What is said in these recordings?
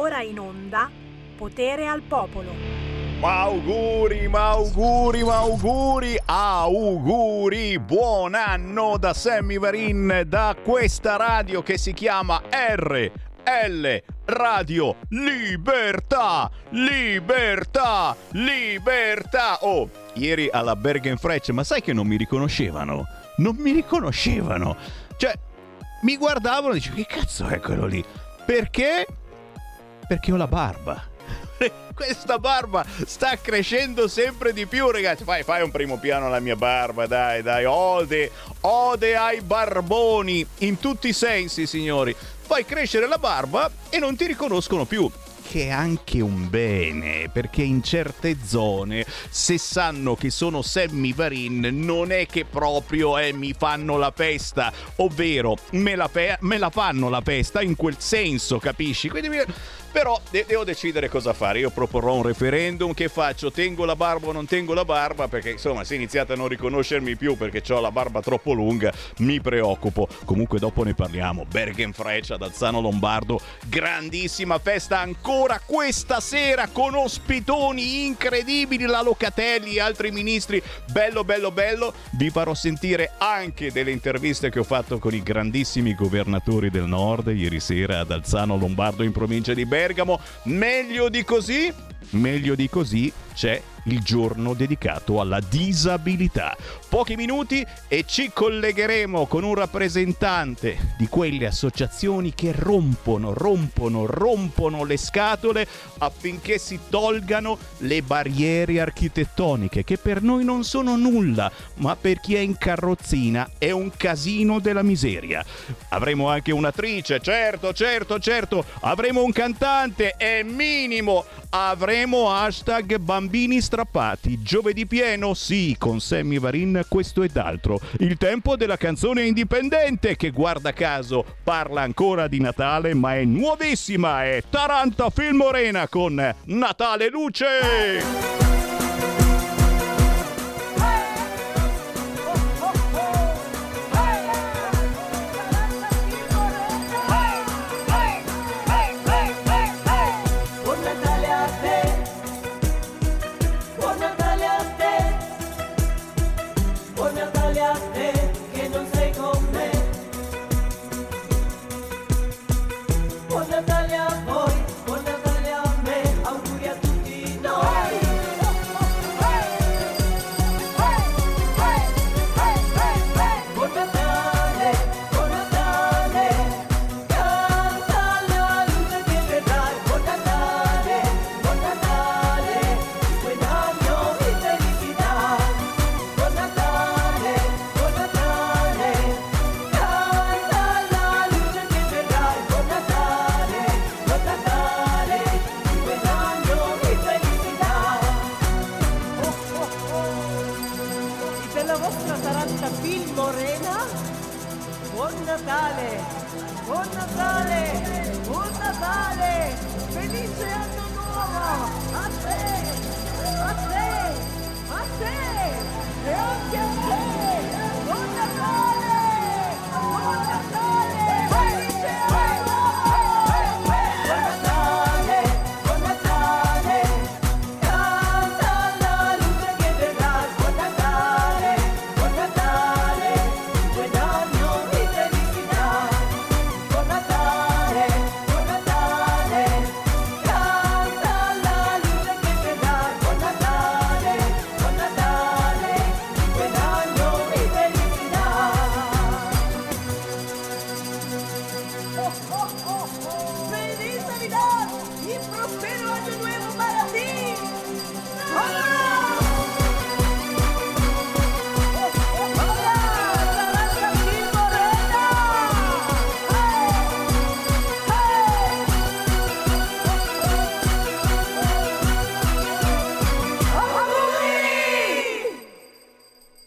ora in onda Potere al Popolo. Ma auguri, buon anno da Sammy Varin, da questa radio che si chiama RL Radio Libertà. Oh, ieri alla Bergenfrecce, ma sai che non mi riconoscevano? Cioè, mi guardavano e dicevo, che cazzo è quello lì? Perché? Perché ho la barba. Questa barba sta crescendo sempre di più, ragazzi. Fai un primo piano alla mia barba, dai. Ode ai barboni, in tutti i sensi, signori. Fai crescere la barba e non ti riconoscono più. Che è anche un bene, perché in certe zone, se sanno che sono Sammy Varin, non è che proprio mi fanno la pesta, ovvero me la fanno la pesta in quel senso, capisci? Quindi però devo decidere cosa fare. Io proporrò un referendum. Che faccio? Tengo la barba o non tengo la barba? Perché insomma, se iniziate a non riconoscermi più perché ho la barba troppo lunga, mi preoccupo. Comunque dopo ne parliamo. Bergenfrecce ad Alzano Lombardo, grandissima festa ancora questa sera con ospitoni incredibili, la Locatelli e altri ministri. Bello. Vi farò sentire anche delle interviste che ho fatto con i grandissimi governatori del nord ieri sera ad Alzano Lombardo in provincia di Bergamo. Meglio di così c'è il giorno dedicato alla disabilità. Pochi minuti e ci collegheremo con un rappresentante di quelle associazioni che rompono le scatole affinché si tolgano le barriere architettoniche, che per noi non sono nulla, ma per chi è in carrozzina è un casino della miseria. Avremo anche un'attrice, certo. Avremo un cantante, è minimo. Avremo hashtag bambini strappati. Giovedì pieno, sì, con Sammy Varin, questo ed altro. Il tempo della canzone indipendente che, guarda caso, parla ancora di Natale, ma è nuovissima. È Taranta Filmorena con Natale Luce.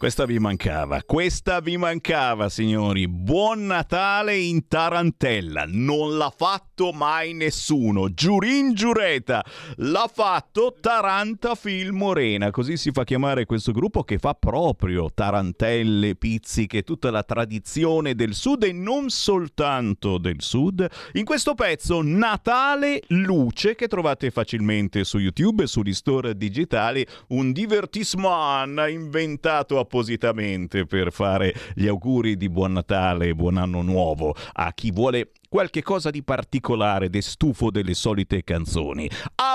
Questa vi mancava, signori. Buon Natale in tarantella. Non l'ha fatto mai nessuno. Giurin giureta. L'ha fatto Taranta Film Morena. Così si fa chiamare questo gruppo che fa proprio tarantelle, pizziche, tutta la tradizione del sud e non soltanto del sud. In questo pezzo Natale Luce che trovate facilmente su YouTube e sugli store digitali. Un divertissement inventato appositamente per fare gli auguri di buon Natale e buon anno nuovo a chi vuole qualche cosa di particolare ed è stufo delle solite canzoni.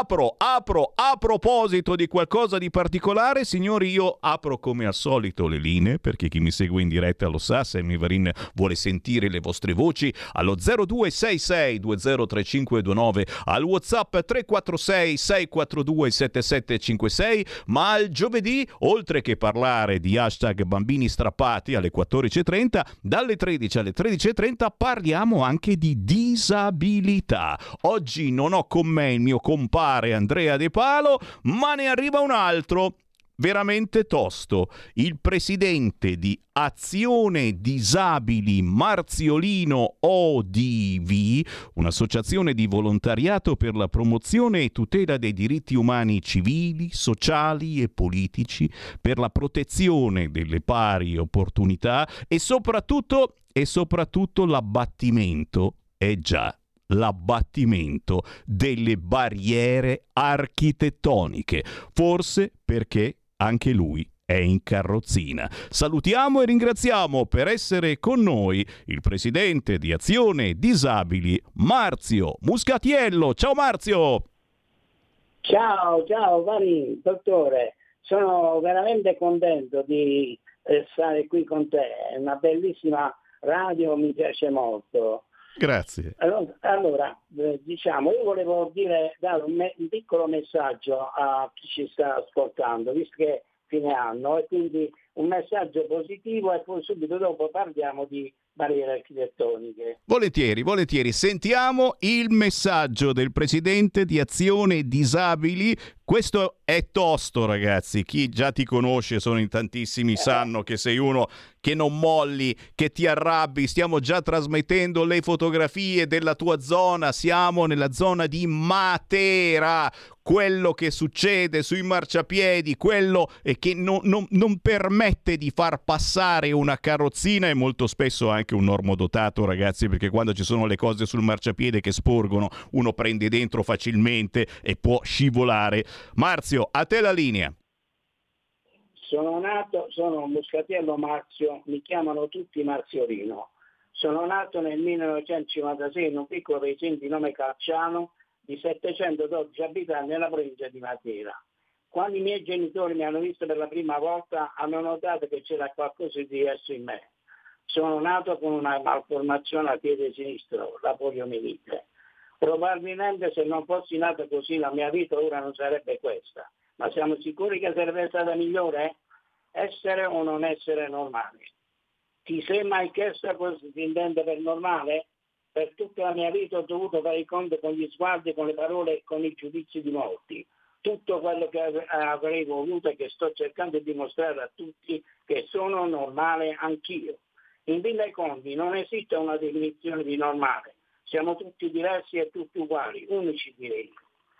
A proposito di qualcosa di particolare, signori, io apro come al solito le linee, perché chi mi segue in diretta lo sa, Sammy Varin vuole sentire le vostre voci, allo 0266 203529, al WhatsApp 346 642 7756, ma al giovedì, oltre che parlare di hashtag bambini strappati alle 14.30, dalle 13 alle 13.30 parliamo anche di disabilità. Oggi non ho con me il mio compare Andrea De Palo, ma ne arriva un altro veramente tosto. Il presidente di Azione Disabili Marziolino ODV, un'associazione di volontariato per la promozione e tutela dei diritti umani civili, sociali e politici, per la protezione delle pari opportunità e soprattutto l'abbattimento, l'abbattimento delle barriere architettoniche, forse perché anche lui è in carrozzina. Salutiamo e ringraziamo per essere con noi il presidente di Azione Disabili, Marzio Muscatiello. Ciao Marzio! Ciao Vari, dottore, sono veramente contento di stare qui con te, è una bellissima radio, mi piace molto. Grazie. Allora, diciamo, io volevo dare un piccolo messaggio a chi ci sta ascoltando, visto che è fine anno, e quindi un messaggio positivo e poi subito dopo parliamo di barriere architettoniche. Volentieri. Sentiamo il messaggio del presidente di Azione Disabili. Questo è tosto, ragazzi. Chi già ti conosce, sono in tantissimi, sanno che sei uno che non molli, che ti arrabbi. Stiamo già trasmettendo le fotografie della tua zona. Siamo nella zona di Matera. Quello che succede sui marciapiedi, quello che non permette di far passare una carrozzina e molto spesso anche un normodotato, ragazzi, perché quando ci sono le cose sul marciapiede che sporgono, uno prende dentro facilmente e può scivolare. Marzio, a te la linea. Sono Muscatiello Marzio, mi chiamano tutti Marziolino. Sono nato nel 1956 in un piccolo paesino di nome Calciano di 712 abitanti nella provincia di Matera. Quando i miei genitori mi hanno visto per la prima volta hanno notato che c'era qualcosa di diverso in me. Sono nato con una malformazione al piede sinistro, la poliomielite. Probabilmente se non fossi nato così la mia vita ora non sarebbe questa. Ma siamo sicuri che sarebbe stata migliore? Essere o non essere normali? Ti sei mai chiesto cosa si intende per normale? Per tutta la mia vita ho dovuto fare i conti con gli sguardi, con le parole e con i giudizi di molti. Tutto quello che avrei voluto e che sto cercando di dimostrare a tutti che sono normale anch'io. In fin dei conti non esiste una definizione di normale. Siamo tutti diversi e tutti uguali, unici direi.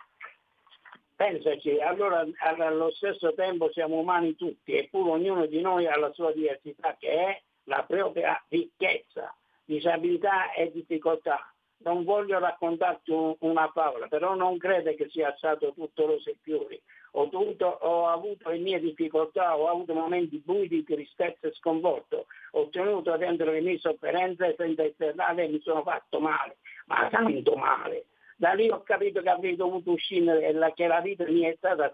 Pensaci, allora allo stesso tempo siamo umani tutti, eppure ognuno di noi ha la sua diversità che è la propria ricchezza, disabilità e difficoltà. Non voglio raccontarti una favola, però non crede che sia stato tutto rose e fiori. Ho avuto le mie difficoltà, ho avuto momenti bui di tristezza e sconforto, ho tenuto dentro le mie sofferenze senza esternare e mi sono fatto male, ma tanto male. Da lì ho capito che avrei dovuto uscire e che la vita mi è stata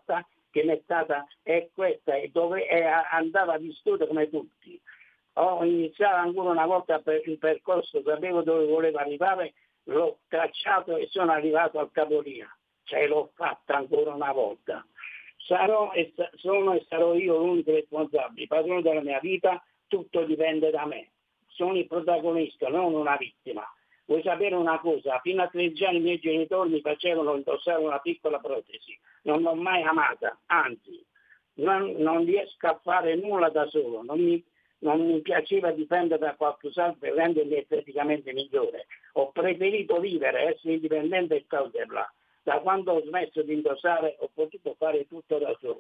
è questa, e dove andava vissuta come tutti. Ho iniziato ancora una volta il percorso, sapevo dove volevo arrivare, l'ho tracciato e sono arrivato al capolinea, cioè l'ho fatta ancora una volta. Sono e sarò io l'unico responsabile, padrone della mia vita, tutto dipende da me. Sono il protagonista, non una vittima. Vuoi sapere una cosa? Fino a 13 anni i miei genitori mi facevano indossare una piccola protesi. Non l'ho mai amata, anzi, non riesco a fare nulla da solo, non mi piaceva dipendere da qualcos'altro per rendermi esteticamente migliore. Ho preferito vivere, essere indipendente e cautelarla. Da quando ho smesso di indossare ho potuto fare tutto da solo.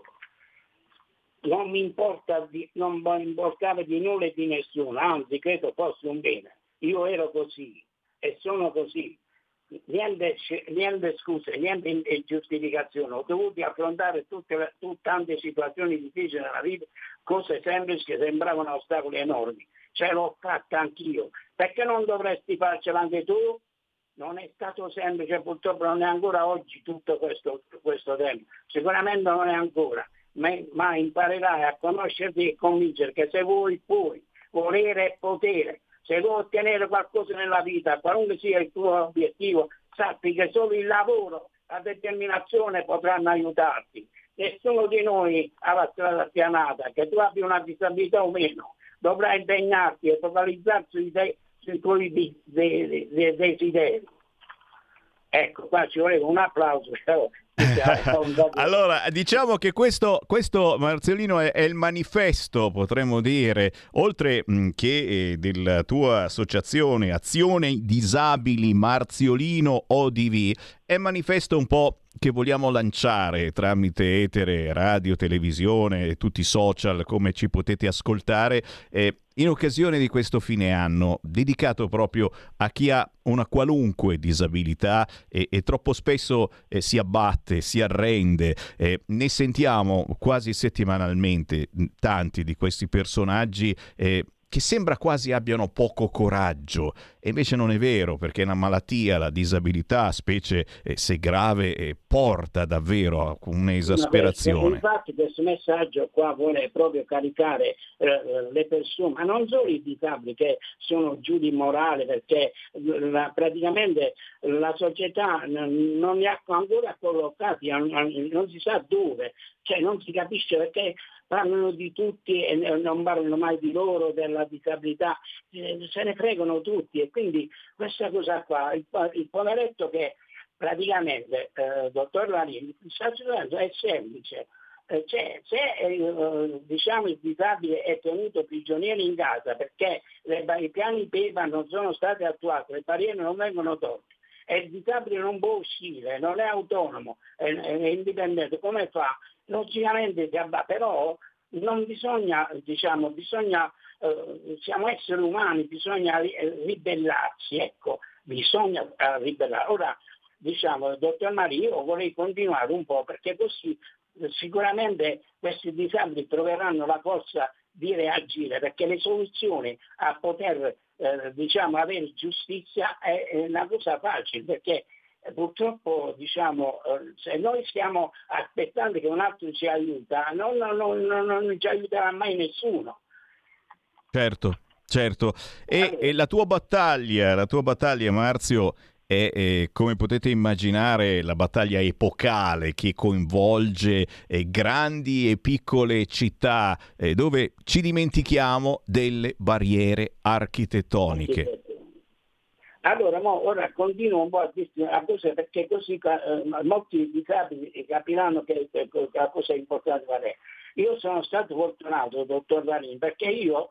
Non mi importava di nulla e di nessuno, anzi credo fosse un bene. Io ero così e sono così. Niente scuse, niente giustificazione. Ho dovuto affrontare tante situazioni difficili nella vita, cose semplici che sembravano ostacoli enormi. Ce l'ho fatta anch'io. Perché non dovresti farcela anche tu? Non è stato semplice, purtroppo non è ancora oggi tutto questo tempo. Sicuramente non è ancora, ma imparerai a conoscerti e convincere che se vuoi puoi, volere e potere. Se vuoi ottenere qualcosa nella vita, qualunque sia il tuo obiettivo, sappi che solo il lavoro, la determinazione potranno aiutarti. Nessuno di noi ha la strada spianata, che tu abbia una disabilità o meno, dovrai impegnarti e focalizzarsi sui tuoi desideri. Ecco, qua ci voleva un applauso. Allora, diciamo che questo Marcellino è il manifesto, potremmo dire, oltre che della tua associazione Azione Disabili Marziolino ODV, è manifesto un po' che vogliamo lanciare tramite etere, radio, televisione e tutti i social, come ci potete ascoltare, in occasione di questo fine anno dedicato proprio a chi ha una qualunque disabilità e troppo spesso si abbatte, si arrende. Ne sentiamo quasi settimanalmente tanti di questi personaggi che sembra quasi abbiano poco coraggio, e invece non è vero, perché la malattia, la disabilità, specie se grave, porta davvero a un'esasperazione. Infatti questo messaggio qua vuole proprio caricare le persone, ma non solo i disabili che sono giù di morale, perché praticamente la società non li ha ancora collocati, non si sa dove, cioè non si capisce perché parlano di tutti e non parlano mai di loro, della disabilità, se ne fregano tutti, e quindi questa cosa qua, il poveretto che praticamente, dottor Larini, sta succedendo è semplice. Se diciamo il disabile è tenuto prigioniero in casa perché i piani PEPA non sono stati attuati, le barriere non vengono tolte, e il disabile non può uscire, non è autonomo, è indipendente, come fa? Logicamente si abbatte, però non bisogna, siamo esseri umani, bisogna ribellarsi, ecco, bisogna ribellare. Ora, dottor Maria, io vorrei continuare un po', perché così sicuramente questi disabili troveranno la forza di reagire, perché le soluzioni a poter avere giustizia è una cosa facile, perché purtroppo se noi stiamo aspettando che un altro ci aiuta, non ci aiuterà mai nessuno. Certo. E la tua battaglia, Marzio, è, come potete immaginare, la battaglia epocale che coinvolge grandi e piccole città dove ci dimentichiamo delle barriere architettoniche. Allora, ora continuo un po' a cose, perché così molti disabili capiranno che la cosa è importante fare. Io sono stato fortunato, dottor Varin, perché io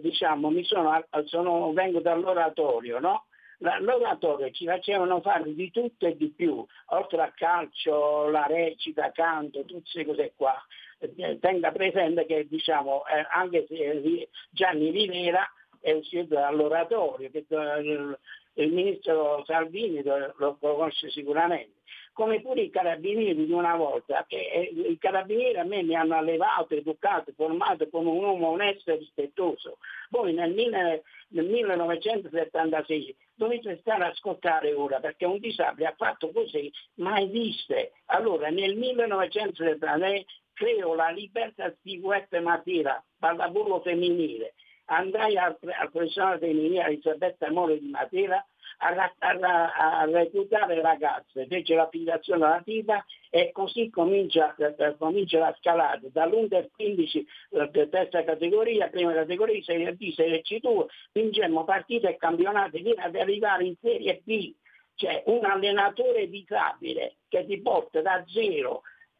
vengo dall'oratorio, no? L'oratorio ci facevano fare di tutto e di più, oltre al calcio, la recita, canto, tutte queste cose qua. Tenga presente che anche se Gianni Rivera è uscito dall'oratorio, che il ministro Salvini lo conosce sicuramente, come pure i carabinieri di una volta, che i carabinieri a me mi hanno allevato, educato, formato come un uomo onesto e rispettoso. Poi nel 1976 dovete stare a ascoltare ora, perché un disabile ha fatto così mai viste. Allora nel 1976 creo la Libertà Sicurezza Matera, pallavolo femminile. Andai al professionale femminile Elisabetta Moro di Matera a reclutare ragazze, fece l'applicazione alla FIBA e così comincia la scalata dall'Under 15, terza categoria, prima categoria, Serie B, Serie C2, vincemmo partite e campionati fino ad arrivare in Serie B, cioè un allenatore disabile che ti porta da zero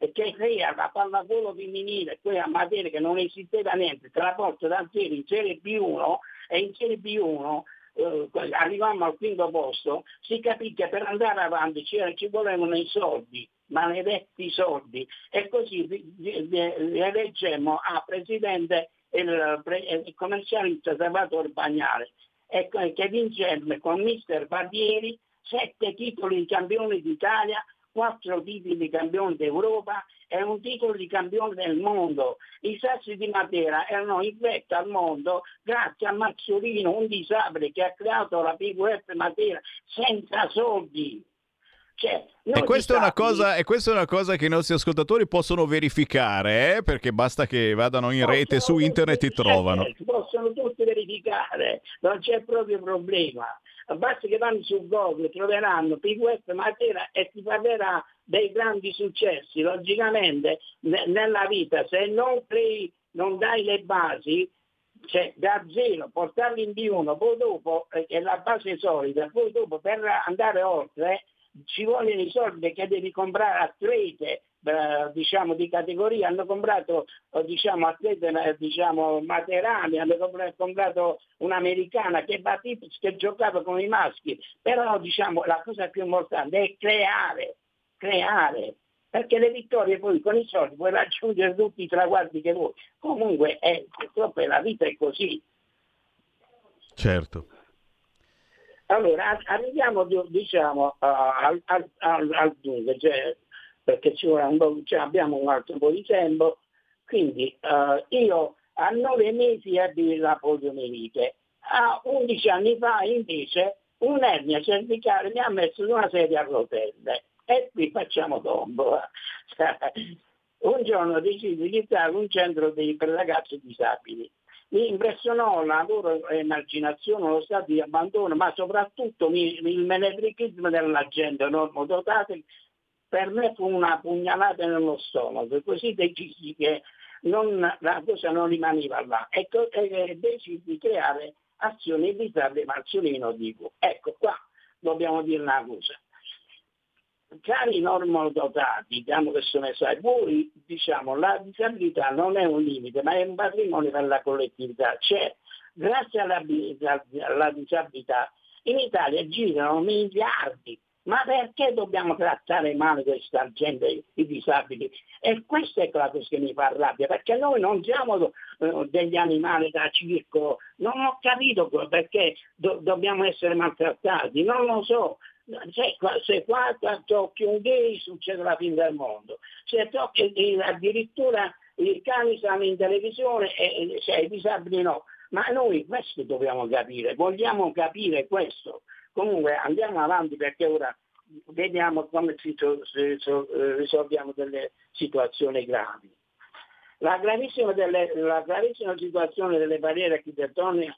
che crea la pallavolo femminile qui a Matera, che non esisteva niente, te la porto da zero in Serie B1 e in Serie B1 arrivammo al quinto posto. Si capì che per andare avanti ci volevano i soldi, maledetti soldi, e così eleggemmo a presidente il commercialista Salvatore Bagnale, che vincemmo con mister Barbieri 7 titoli di campione d'Italia, 4 titoli di campione d'Europa e un titolo di campione del mondo. I Sassi di Matera erano in vetta al mondo grazie a Mazzolino, un disabile che ha creato la PVF Matera senza soldi. Cioè, e questa è una cosa che i nostri ascoltatori possono verificare, perché basta che vadano in rete su internet e trovano. Possono tutti verificare, non c'è proprio problema. Basta che vanno su Google, troveranno PVF Matera e si parlerà dei grandi successi. Logicamente nella vita, se non dai le basi, cioè da zero, portarli in B1, poi dopo è la base solida, poi dopo per andare oltre ci vogliono i soldi, che devi comprare atlete di categoria. Hanno comprato atlete materani, hanno comprato un'americana che giocava con i maschi, però la cosa più importante è creare, perché le vittorie poi con i soldi puoi raggiungere tutti i traguardi che vuoi. Comunque purtroppo la vita è così. Certo. Allora, arriviamo al dunque, perché abbiamo un altro po' di tempo, quindi io a 9 mesi ebbi la poliomielite, a 11 anni fa invece un'ernia cervicale mi ha messo su una sedia a rotelle, e qui facciamo tombo. Un giorno decisi di iniziare un centro per ragazzi disabili. Mi impressionò la loro emarginazione, lo stato di abbandono, ma soprattutto il menefreghismo della gente normodotata. Per me fu una pugnalata nello stomaco, e così decisi che la cosa non rimaneva là, e decisi di creare Azione Disabile Marzolino Dico. Ecco, qua dobbiamo dire una cosa. Cari normodotati, che sono assai voi, la disabilità non è un limite, ma è un patrimonio per la collettività. Cioè, grazie alla disabilità in Italia girano miliardi. Ma perché dobbiamo trattare male questa gente, i disabili? E questa è la cosa che mi fa rabbia, perché noi non siamo degli animali da circo. Non ho capito perché dobbiamo essere maltrattati, non lo so. Se qua tocchi un gay succede la fine del mondo, se tocchi addirittura i cani stanno in televisione e i disabili no. Ma noi questo dobbiamo capire, vogliamo capire questo. Comunque andiamo avanti, perché ora vediamo come risolviamo delle situazioni gravi. La gravissima situazione delle barriere architettoniche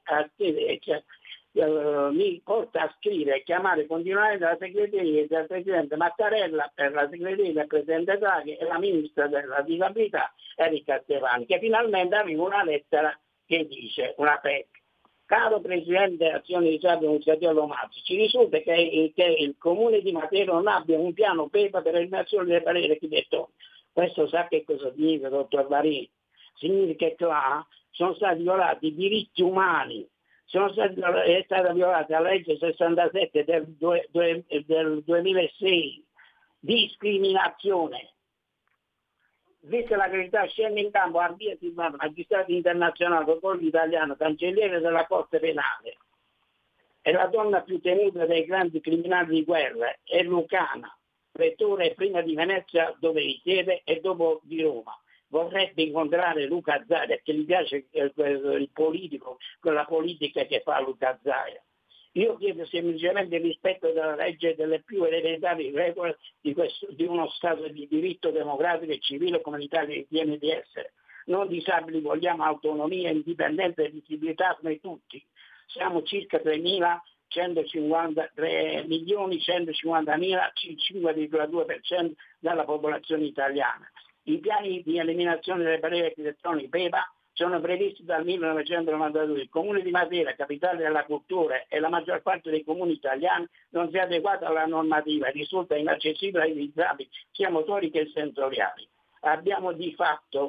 mi porta a scrivere e chiamare continuare dalla segreteria del Presidente Mattarella, per la segreteria del Presidente Draghi e la Ministra della Disabilità Erika Stefani, che finalmente arriva una lettera che dice, una PEC: caro Presidente Azione Disabile Iniziativa Lomazzi, ci risulta che il Comune di Matera non abbia un piano PEPA per l'eliminazione delle barriere architettoniche. Questo sa che cosa significa, dottor Varini? Significa che là sono stati violati i diritti umani, è stata violata la legge 67 del 2006, discriminazione. Vista la verità, scende in campo Arbia Silvano, magistrato internazionale, procuratore italiano, cancelliere della Corte Penale. È la donna più temuta dei grandi criminali di guerra, è lucana, pretore prima di Venezia dove risiede e dopo di Roma. Vorrebbe incontrare Luca Zaia, perché gli piace il politico, quella politica che fa Luca Zaia. Io chiedo semplicemente il rispetto della legge e delle più elementari regole di uno Stato di diritto democratico e civile come l'Italia ritiene di essere. Noi disabili vogliamo autonomia, indipendenza e visibilità come tutti. Siamo circa 3.150.000, il 5,2% della popolazione italiana. I piani di eliminazione delle barriere architettoniche PEPA sono previsti dal 1992. Il Comune di Matera, capitale della cultura, e la maggior parte dei comuni italiani non si è adeguata alla normativa e risulta inaccessibile ai disabili, sia motori che sensoriali. abbiamo di fatto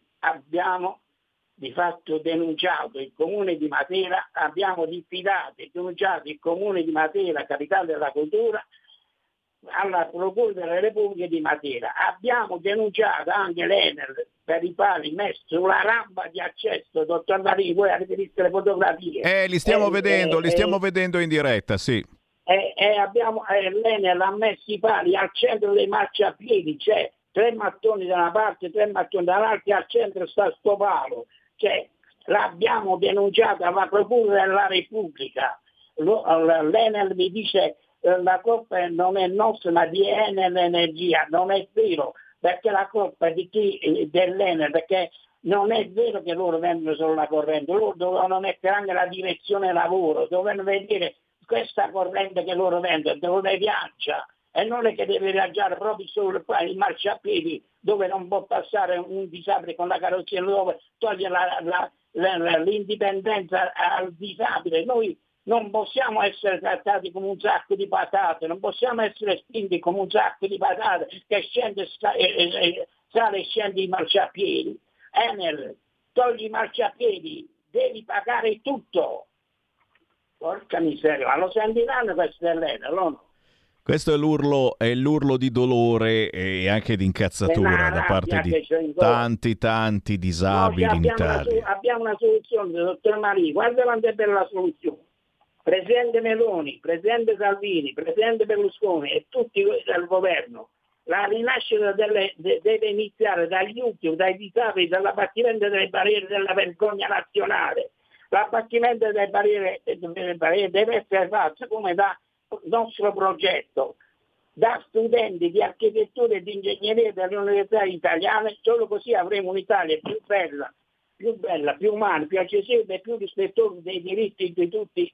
denunciato il Comune di Matera, abbiamo diffidato e denunciato il Comune di Matera, capitale della cultura, alla Procura della Repubblica di Matera. Abbiamo denunciato anche l'Enel per i pali messi sulla rampa di accesso, dottor Marini, voi avete visto le fotografie. Li stiamo vedendo in diretta, sì. L'Enel ha messo i pali al centro dei marciapiedi, c'è 3 mattoni da una parte, 3 mattoni dall'altra, al centro sta sto palo. Cioè, l'abbiamo denunciato alla Procura della Repubblica. L'Enel mi dice la colpa non è nostra ma di Enel Energia. Non è vero, perché la colpa è dell'Enel, perché non è vero che loro vendono solo la corrente, loro dovevano mettere anche la direzione lavoro, dovevano vedere questa corrente che loro vendono, dove viaggia, e non è che deve viaggiare proprio solo il marciapiedi dove non può passare un disabile con la carrozzeria, dove toglie l'indipendenza al disabile. Noi non possiamo essere trattati come un sacco di patate, non possiamo essere spinti come un sacco di patate che scende, sale e scende i marciapiedi. Enel, togli i marciapiedi, devi pagare tutto. Porca miseria, ma lo sentiranno queste dell'Enel, no? Questo è l'urlo di dolore e anche di incazzatura da parte di tanti disabili in Italia. Abbiamo una soluzione, dottor Marini, guarda quanto è bella la soluzione. Presidente Meloni, Presidente Salvini, Presidente Berlusconi e tutti del governo, la rinascita deve iniziare dagli ultimi, dai disabili, dall'abbattimento delle barriere della vergogna nazionale. L'abbattimento delle barriere deve essere fatto come da nostro progetto, da studenti di architettura e di ingegneria delle università italiane. Solo così avremo un'Italia più bella, più umana, più accessibile, più rispettosa dei diritti di tutti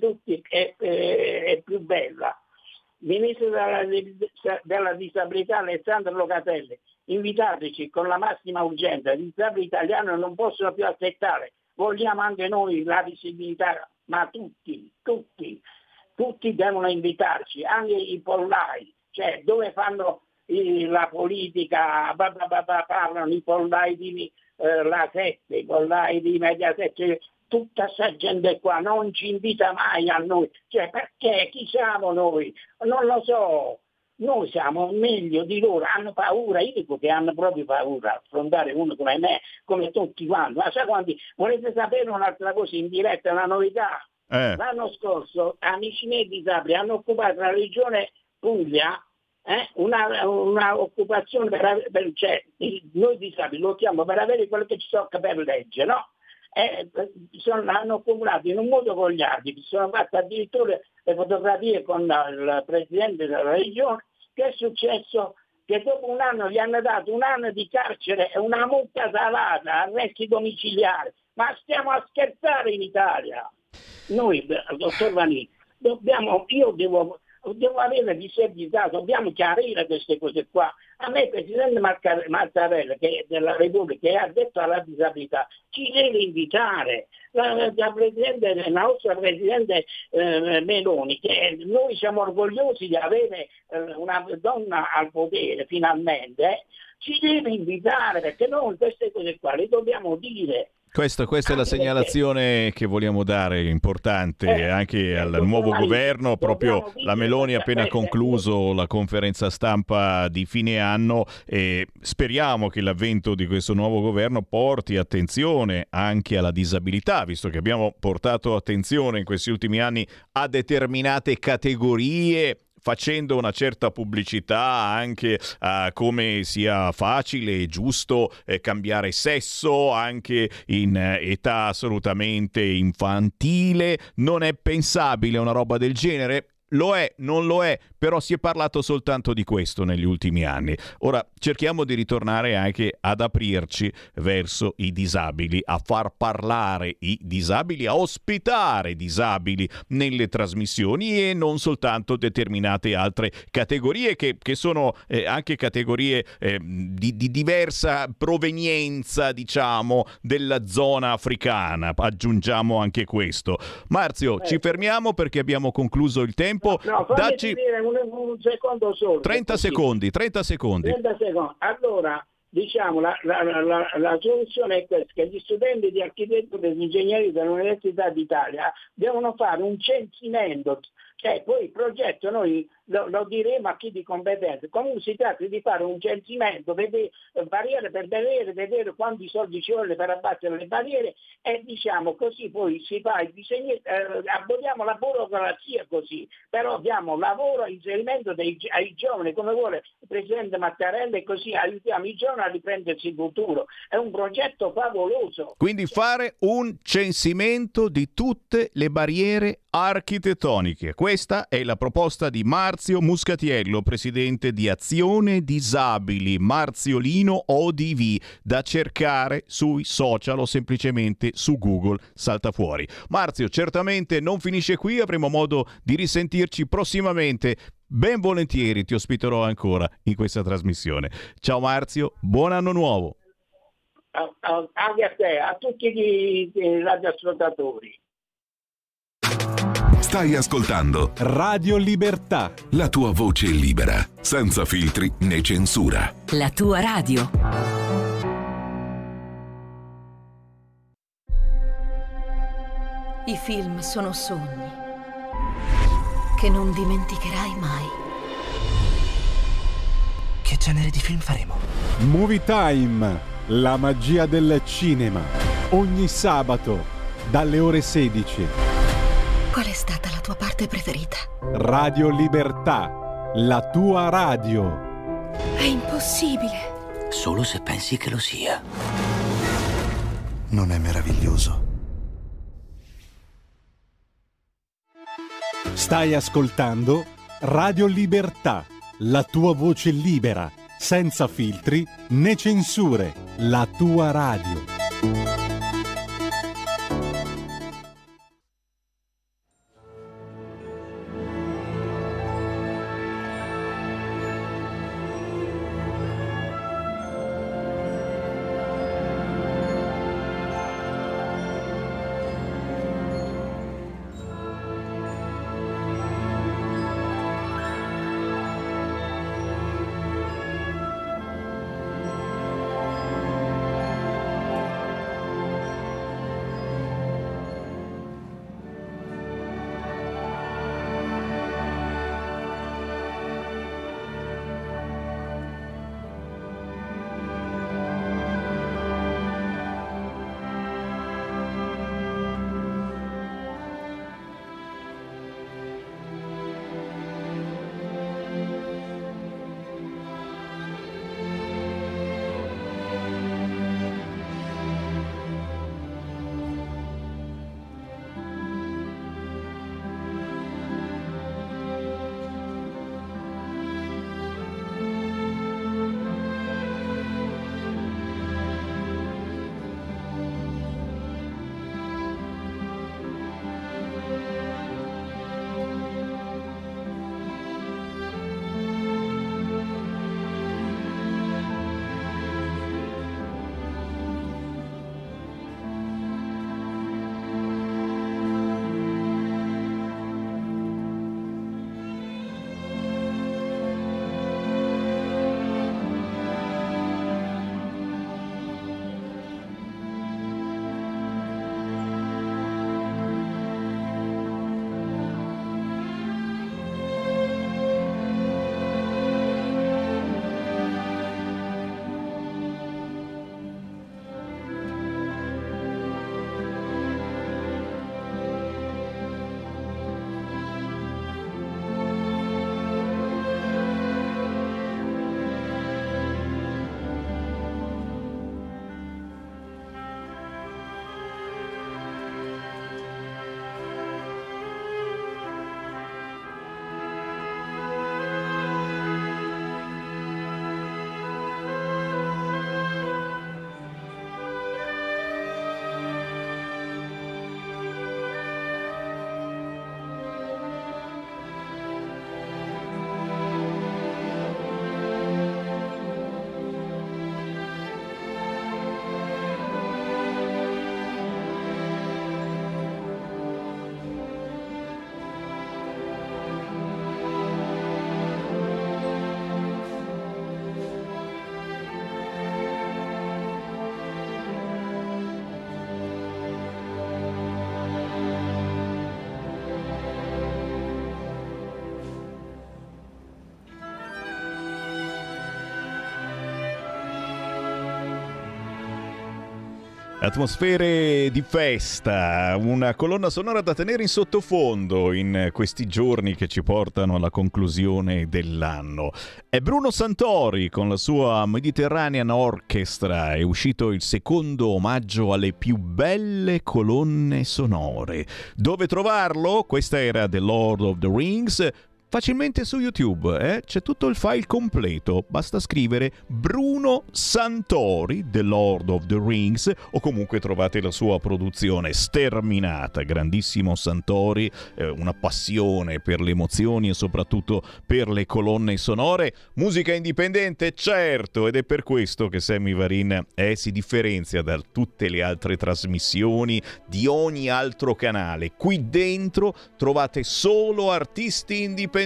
e più bella. Ministro della disabilità Alessandro Locatelli, invitateci con la massima urgenza. I disabili italiani non possono più aspettare, vogliamo anche noi la visibilità, ma tutti devono invitarci, anche i pollai, cioè dove fanno la politica, parlano i pollai di la 7, i pollai di Mediaset, tutta questa gente qua non ci invita mai a noi, cioè perché? Chi siamo noi? Non lo so, noi siamo meglio di loro, hanno paura, io dico che hanno proprio paura affrontare uno come me, come tutti quanti, ma sai quanti? Volete sapere un'altra cosa in diretta, una novità? L'anno scorso amici miei disabili hanno occupato la regione Puglia una occupazione cioè, noi disabili lo chiamo per avere quello che ci tocca per legge, no? Hanno accumulato in un modo con gli altri, sono fatte addirittura le fotografie con il presidente della regione. Che è successo? Che dopo un anno gli hanno dato 1 anno di carcere e una multa salata, arresti domiciliari. Ma stiamo a scherzare in Italia? Noi, dottor Vanini, devo avere disabilità, dobbiamo chiarire queste cose qua. A me il Presidente Mattarella, che è della Repubblica, che ha detto alla disabilità, ci deve invitare. La nostra Presidente Meloni, che noi siamo orgogliosi di avere una donna al potere finalmente, ci deve invitare, perché noi queste cose qua le dobbiamo dire. Questa è la segnalazione che vogliamo dare, importante anche al nuovo governo. Proprio la Meloni ha appena concluso la conferenza stampa di fine anno e speriamo che l'avvento di questo nuovo governo porti attenzione anche alla disabilità, visto che abbiamo portato attenzione in questi ultimi anni a determinate categorie, facendo una certa pubblicità anche a come sia facile e giusto cambiare sesso anche in età assolutamente infantile. Non è pensabile una roba del genere? Lo è, non lo è, però si è parlato soltanto di questo negli ultimi anni. Ora cerchiamo di ritornare anche ad aprirci verso i disabili, a far parlare i disabili, a ospitare i disabili nelle trasmissioni e non soltanto determinate altre categorie che sono anche categorie di diversa provenienza, diciamo, della zona africana. Aggiungiamo anche questo. Marzio, ci fermiamo perché abbiamo concluso il tempo. No, dacci dire un secondo solo. 30 secondi. 30 secondi. Allora, diciamo la soluzione è questa, che gli studenti di architettura e di ingegneria dell'Università d'Italia devono fare un censimento, cioè poi il progetto noi lo diremo a chi di competenza. Comunque si tratta di fare un censimento, barriere per vedere quanti soldi ci vuole per abbattere le barriere, e diciamo così poi si fa il disegno, aboliamo la burocrazia così, però diamo lavoro, inserimento ai giovani come vuole il Presidente Mattarella, e così aiutiamo i giovani a riprendersi il futuro. È un progetto favoloso. Quindi fare un censimento di tutte le barriere architettoniche. Questa è la proposta di Marzio Muscatiello, presidente di Azione Disabili Marziolino ODV, da cercare sui social o semplicemente su Google salta fuori. Marzio, certamente non finisce qui, avremo modo di risentirci prossimamente. Ben volentieri ti ospiterò ancora in questa trasmissione. Ciao Marzio, buon anno nuovo. Anche a te, a tutti i radioascoltatori. Stai ascoltando Radio Libertà, la tua voce libera, senza filtri né censura. La tua radio. I film sono sogni che non dimenticherai mai. Che genere di film faremo? Movie Time, la magia del cinema. Ogni sabato, dalle ore 16. Qual è stata la tua parte preferita? Radio Libertà, la tua radio. È impossibile. Solo se pensi che lo sia. Non è meraviglioso? Stai ascoltando Radio Libertà, la tua voce libera, senza filtri né censure, la tua radio. Atmosfere di festa, una colonna sonora da tenere in sottofondo in questi giorni che ci portano alla conclusione dell'anno. È Bruno Santori con la sua Mediterranean Orchestra, è uscito il secondo omaggio alle più belle colonne sonore. Dove trovarlo? Questa era The Lord of the Rings. Facilmente su YouTube, c'è tutto il file completo, basta scrivere Bruno Santori, The Lord of the Rings, o comunque trovate la sua produzione sterminata, grandissimo Santori, una passione per le emozioni e soprattutto per le colonne sonore, musica indipendente, certo, ed è per questo che Sammy Varin si differenzia da tutte le altre trasmissioni di ogni altro canale. Qui dentro trovate solo artisti indipendenti,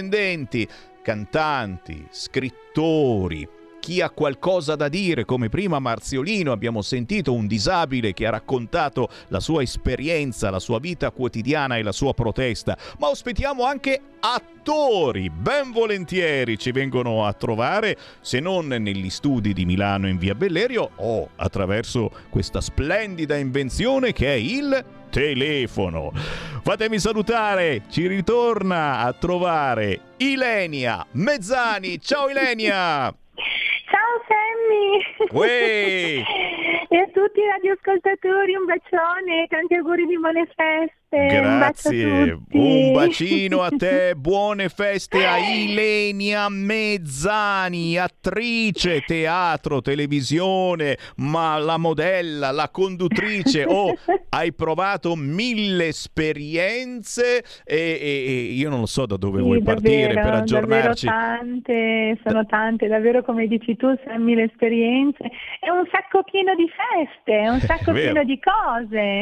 cantanti, scrittori, chi ha qualcosa da dire, come prima Marziolino, abbiamo sentito un disabile che ha raccontato la sua esperienza, la sua vita quotidiana e la sua protesta, ma ospitiamo anche attori, ben volentieri ci vengono a trovare, se non negli studi di Milano in via Bellerio o attraverso questa splendida invenzione che è il telefono. Fatemi salutare, ci ritorna a trovare Ilenia Mezzani. Ciao Ilenia! Ciao Sammy! Uè! E a tutti i radioascoltatori un bacione, tanti auguri di buone feste. Grazie, un bacino a te, buone feste a Ilenia Mezzani, attrice, teatro, televisione, ma la modella, la conduttrice. Oh, hai provato 1000 esperienze e io non lo so da dove vuoi partire per aggiornarci. Sono tante, davvero come dici tu, 1000 esperienze. È un sacco pieno di feste, è un sacco pieno di cose.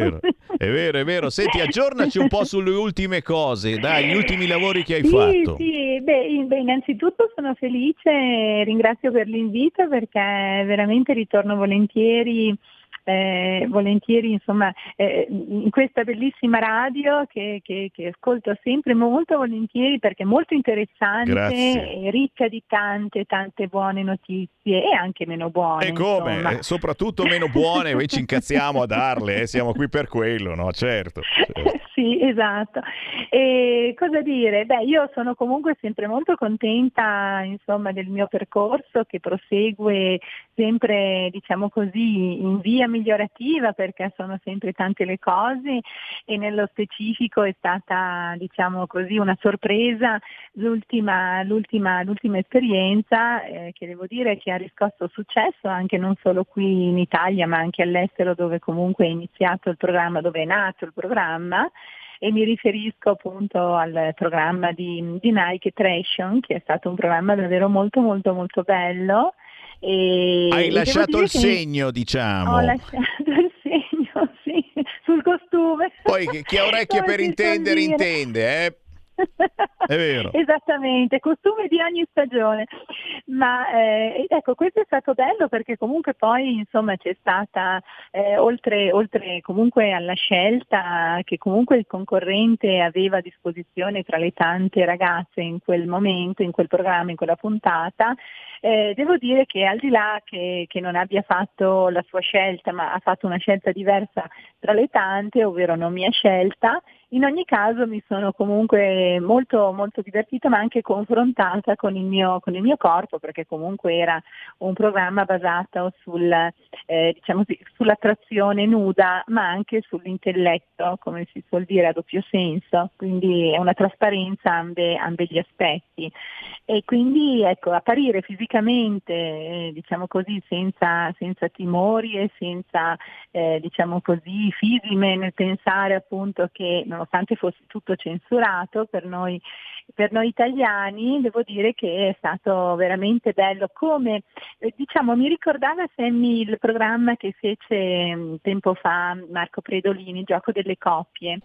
È vero. Senti, aggiornaci un po' sulle ultime cose, dai, gli ultimi lavori che hai fatto. Sì, beh, innanzitutto sono felice, ringrazio per l'invito perché veramente ritorno volentieri insomma in questa bellissima radio che ascolto sempre molto volentieri perché è molto interessante. Grazie. E ricca di tante buone notizie e anche meno buone. E come? Soprattutto meno buone, noi ci incazziamo a darle, siamo qui per quello, no? Certo. Sì, esatto. E cosa dire? Beh, io sono comunque sempre molto contenta, insomma, del mio percorso che prosegue sempre, diciamo così, in via migliorativa perché sono sempre tante le cose e nello specifico è stata, diciamo così, una sorpresa l'ultima esperienza che devo dire che ha riscosso successo anche non solo qui in Italia ma anche all'estero dove comunque è iniziato il programma, dove è nato il programma. E mi riferisco appunto al programma di Nike Attraction, che è stato un programma davvero molto bello. Hai lasciato il segno, diciamo. Ho lasciato il segno, sì, sul costume. Poi chi ha orecchie per intendere, intende, eh? È vero. Esattamente, costume di ogni stagione. Ma ecco, questo è stato bello perché comunque poi insomma c'è stata oltre comunque alla scelta che comunque il concorrente aveva a disposizione tra le tante ragazze in quel momento, in quel programma, in quella puntata, devo dire che al di là che non abbia fatto la sua scelta ma ha fatto una scelta diversa tra le tante, ovvero non mia scelta, in ogni caso mi sono comunque molto divertita ma anche confrontata con il mio corpo perché comunque era un programma basato sull'attrazione nuda ma anche sull'intelletto, come si suol dire a doppio senso, quindi è una trasparenza ambe gli aspetti e quindi ecco apparire fisicamente diciamo così senza timori e senza diciamo così fisime nel pensare appunto che nonostante fosse tutto censurato per noi italiani, devo dire che è stato veramente bello. Come diciamo mi ricordava Sammy il programma che fece tempo fa Marco Predolini, Gioco delle coppie,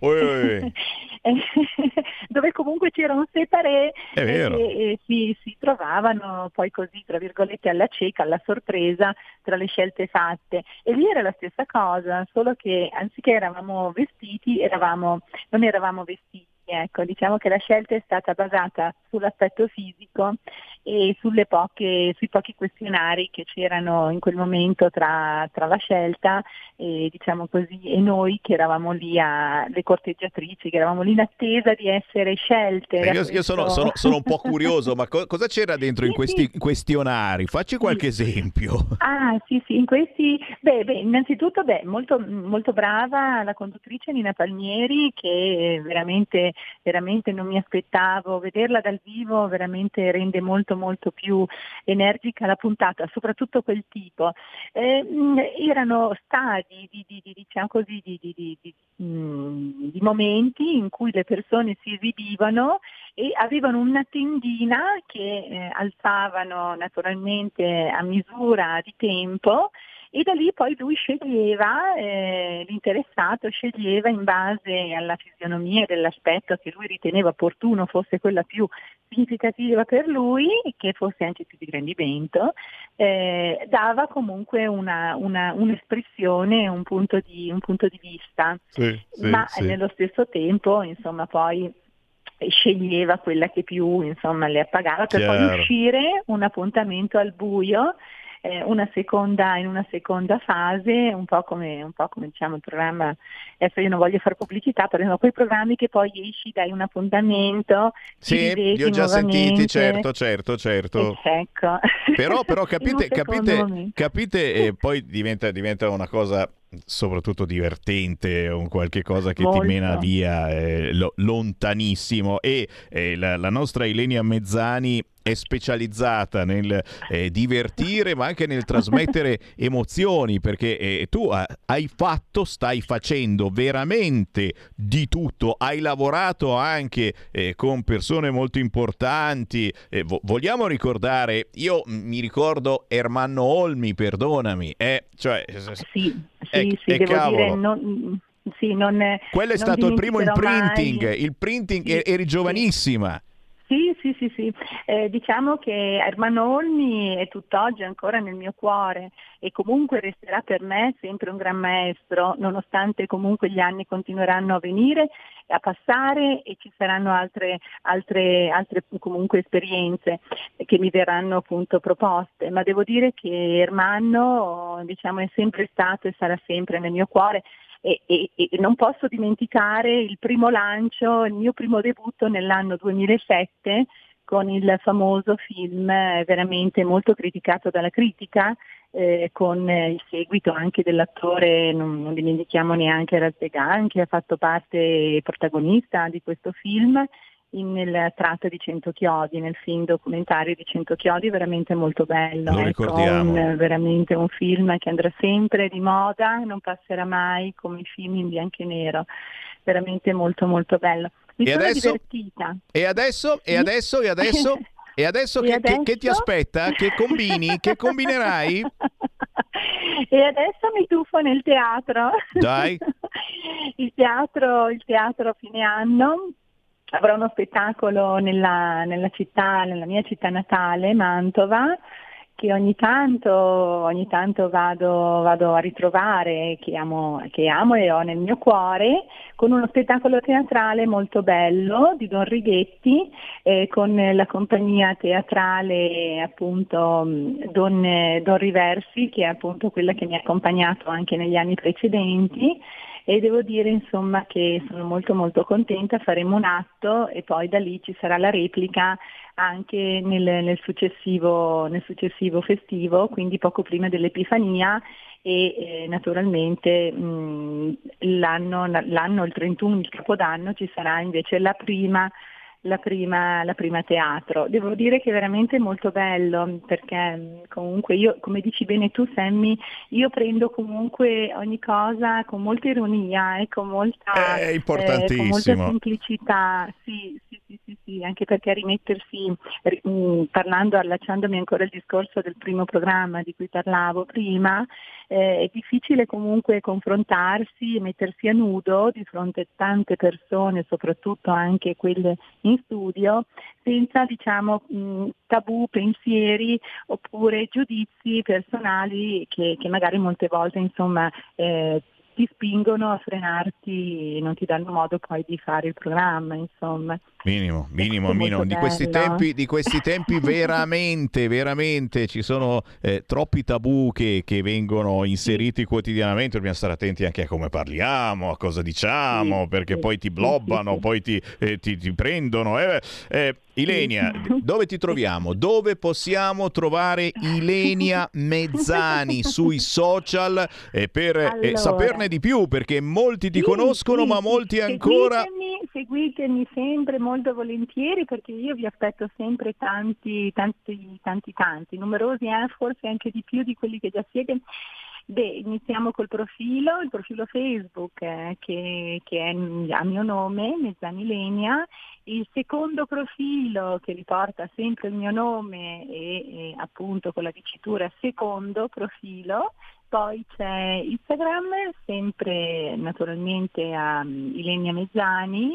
dove comunque c'era un separé e si trovavano poi così tra virgolette alla cieca, alla sorpresa tra le scelte fatte e lì era la stessa cosa, solo che anziché eravamo vestiti non eravamo vestiti. Ecco, diciamo che la scelta è stata basata sull'aspetto fisico e sui pochi questionari che c'erano in quel momento tra la scelta diciamo così, e noi che eravamo lì le corteggiatrici, che eravamo lì in attesa di essere scelte. Io sono un po' curioso, ma cosa c'era dentro in questi questionari? Facci qualche esempio. Sì, in questi, innanzitutto molto, molto brava la conduttrice Nina Palmieri, che veramente, veramente non mi aspettavo, vederla dal vivo veramente rende molto, molto più energica la puntata, soprattutto quel tipo. Erano stadi diciamo così, di momenti in cui le persone si esibivano e avevano una tendina che alzavano naturalmente a misura di tempo, e da lì poi lui sceglieva, l'interessato sceglieva in base alla fisionomia dell'aspetto che lui riteneva opportuno fosse quella più significativa per lui, che fosse anche più di rendimento, dava comunque un'espressione, un punto di vista, ma nello stesso tempo insomma poi sceglieva quella che più insomma le appagava, per poi uscire un appuntamento al buio, in una seconda fase, un po' come diciamo il programma. Adesso io non voglio fare pubblicità, però sono quei programmi che poi esci, dai un appuntamento, sì, li ho già sentiti, certo. Ecco. Però capite, poi diventa una cosa soprattutto divertente, un qualche cosa che ti mena via lontanissimo, e la nostra Ilenia Mezzani è specializzata nel divertire, ma anche nel trasmettere emozioni, perché tu stai facendo veramente di tutto, hai lavorato anche con persone molto importanti. Vogliamo ricordare, io mi ricordo Ermanno Olmi, perdonami, sì, devo dire, quello è stato il primo imprinting, eri giovanissima. Sì. Diciamo che Ermanno Olmi è tutt'oggi ancora nel mio cuore e comunque resterà per me sempre un gran maestro, nonostante comunque gli anni continueranno a venire, a passare, e ci saranno altre comunque esperienze che mi verranno appunto proposte, ma devo dire che Ermanno, diciamo, è sempre stato e sarà sempre nel mio cuore. E non posso dimenticare il primo lancio, il mio primo debutto nell'anno 2007 con il famoso film veramente molto criticato dalla critica, con il seguito anche dell'attore, non dimentichiamo neanche Razdegan, che ha fatto parte protagonista di questo film, nel tratto di 100 chiodi, nel film documentario di 100 chiodi, veramente molto bello. Lo ricordiamo. Veramente un film che andrà sempre di moda, non passerà mai come i film in bianco e nero, veramente molto molto bello. Mi sono divertita. E adesso? Che ti aspetta? Che combini? Che combinerai? E adesso mi tuffo nel teatro. Dai. Il teatro a fine anno. Avrò uno spettacolo nella mia città natale, Mantova, che ogni tanto vado a ritrovare, che amo e ho nel mio cuore, con uno spettacolo teatrale molto bello di Don Righetti, con la compagnia teatrale appunto Don Riversi, che è appunto quella che mi ha accompagnato anche negli anni precedenti. E devo dire insomma che sono molto molto contenta, faremo un atto e poi da lì ci sarà la replica anche nel successivo festivo, quindi poco prima dell'Epifania, e naturalmente l'anno il 31, il Capodanno, ci sarà invece la prima teatro. Devo dire che è veramente molto bello, perché comunque io, come dici bene tu Sammy, io prendo comunque ogni cosa con molta ironia e con molta semplicità, sì, anche perché rimettersi, allacciandomi ancora al discorso del primo programma di cui parlavo prima, è difficile comunque confrontarsi e mettersi a nudo di fronte a tante persone, soprattutto anche quelle in studio, senza tabù, pensieri oppure giudizi personali che magari molte volte ti spingono a frenarti e non ti danno modo poi di fare il programma, insomma. Minimo. Molto Di questi tempi veramente ci sono troppi tabù che vengono inseriti quotidianamente. Dobbiamo stare attenti anche a come parliamo, a cosa diciamo, perché poi ti blobbano, poi ti prendono. Ilenia, dove ti troviamo? Dove possiamo trovare Ilenia Mezzani sui social per saperne di più? Perché molti ti conoscono, ma molti ancora... Seguitemi sempre molto volentieri, perché io vi aspetto sempre tanti, numerosi, forse anche di più di quelli che già siete. Iniziamo col il profilo Facebook che è a mio nome, Mezzani Ilenia. Il secondo profilo che riporta sempre il mio nome e appunto con la dicitura secondo profilo. Poi c'è Instagram, sempre naturalmente a Ilenia Mezzani,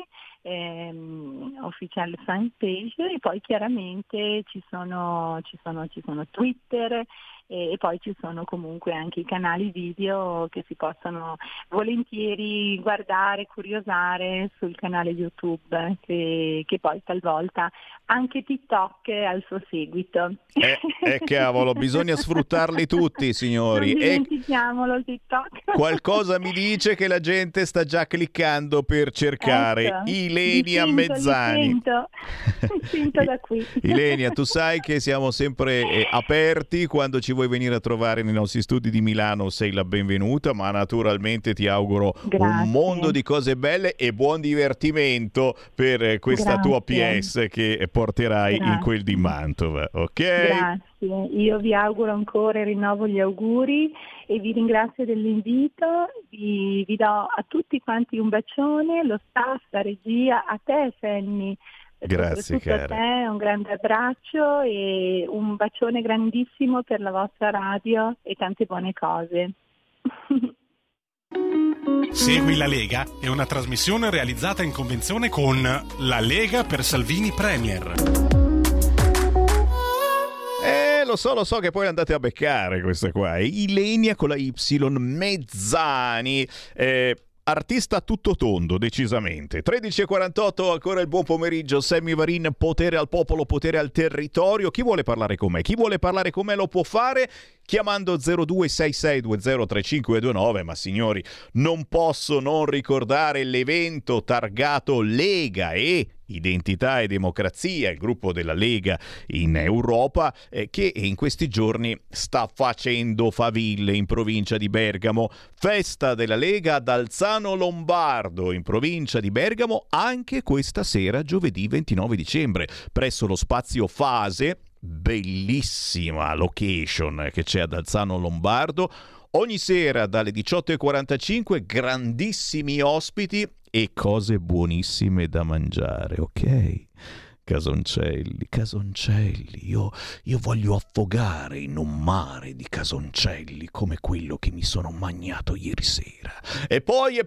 official fan page, e poi chiaramente ci sono Twitter, e poi ci sono comunque anche i canali video che si possono volentieri guardare, curiosare sul canale YouTube, che poi talvolta anche TikTok ha il suo seguito. Cavolo, bisogna sfruttarli tutti, signori. Non dimentichiamolo il TikTok. Qualcosa mi dice che la gente sta già cliccando per cercare Ilenia Mezzani. Mi sento da qui. Ilenia, tu sai che siamo sempre aperti. Quando ci vuoi venire a trovare nei nostri studi di Milano sei la benvenuta, ma naturalmente ti auguro un mondo di cose belle e buon divertimento per questa tua PS che porterai in quel di Mantova, ok? Grazie, io vi auguro ancora e rinnovo gli auguri e vi ringrazio dell'invito, vi do a tutti quanti un bacione, lo staff, la regia, a te Senni. Grazie cara. A te un grande abbraccio e un bacione grandissimo per la vostra radio e tante buone cose. Segui la Lega è una trasmissione realizzata in convenzione con La Lega per Salvini Premier. Lo so che poi andate a beccare questa qua. Ilenia con la Y Mezzani. Artista tutto tondo, decisamente. 13:48, ancora il buon pomeriggio. Sammy Varin, potere al popolo, potere al territorio. Chi vuole parlare con me? Chi vuole parlare con me lo può fare chiamando 0266203529. Ma signori, non posso non ricordare l'evento targato Lega e Identità e Democrazia, il gruppo della Lega in Europa, che in questi giorni sta facendo faville in provincia di Bergamo. Festa della Lega ad Alzano Lombardo in provincia di Bergamo anche questa sera, giovedì 29 dicembre, presso lo spazio Fase, bellissima location che c'è ad Alzano Lombardo. Ogni sera dalle 18:45 grandissimi ospiti e cose buonissime da mangiare, ok? Casoncelli, io voglio affogare in un mare di casoncelli come quello che mi sono mangiato ieri sera. E poi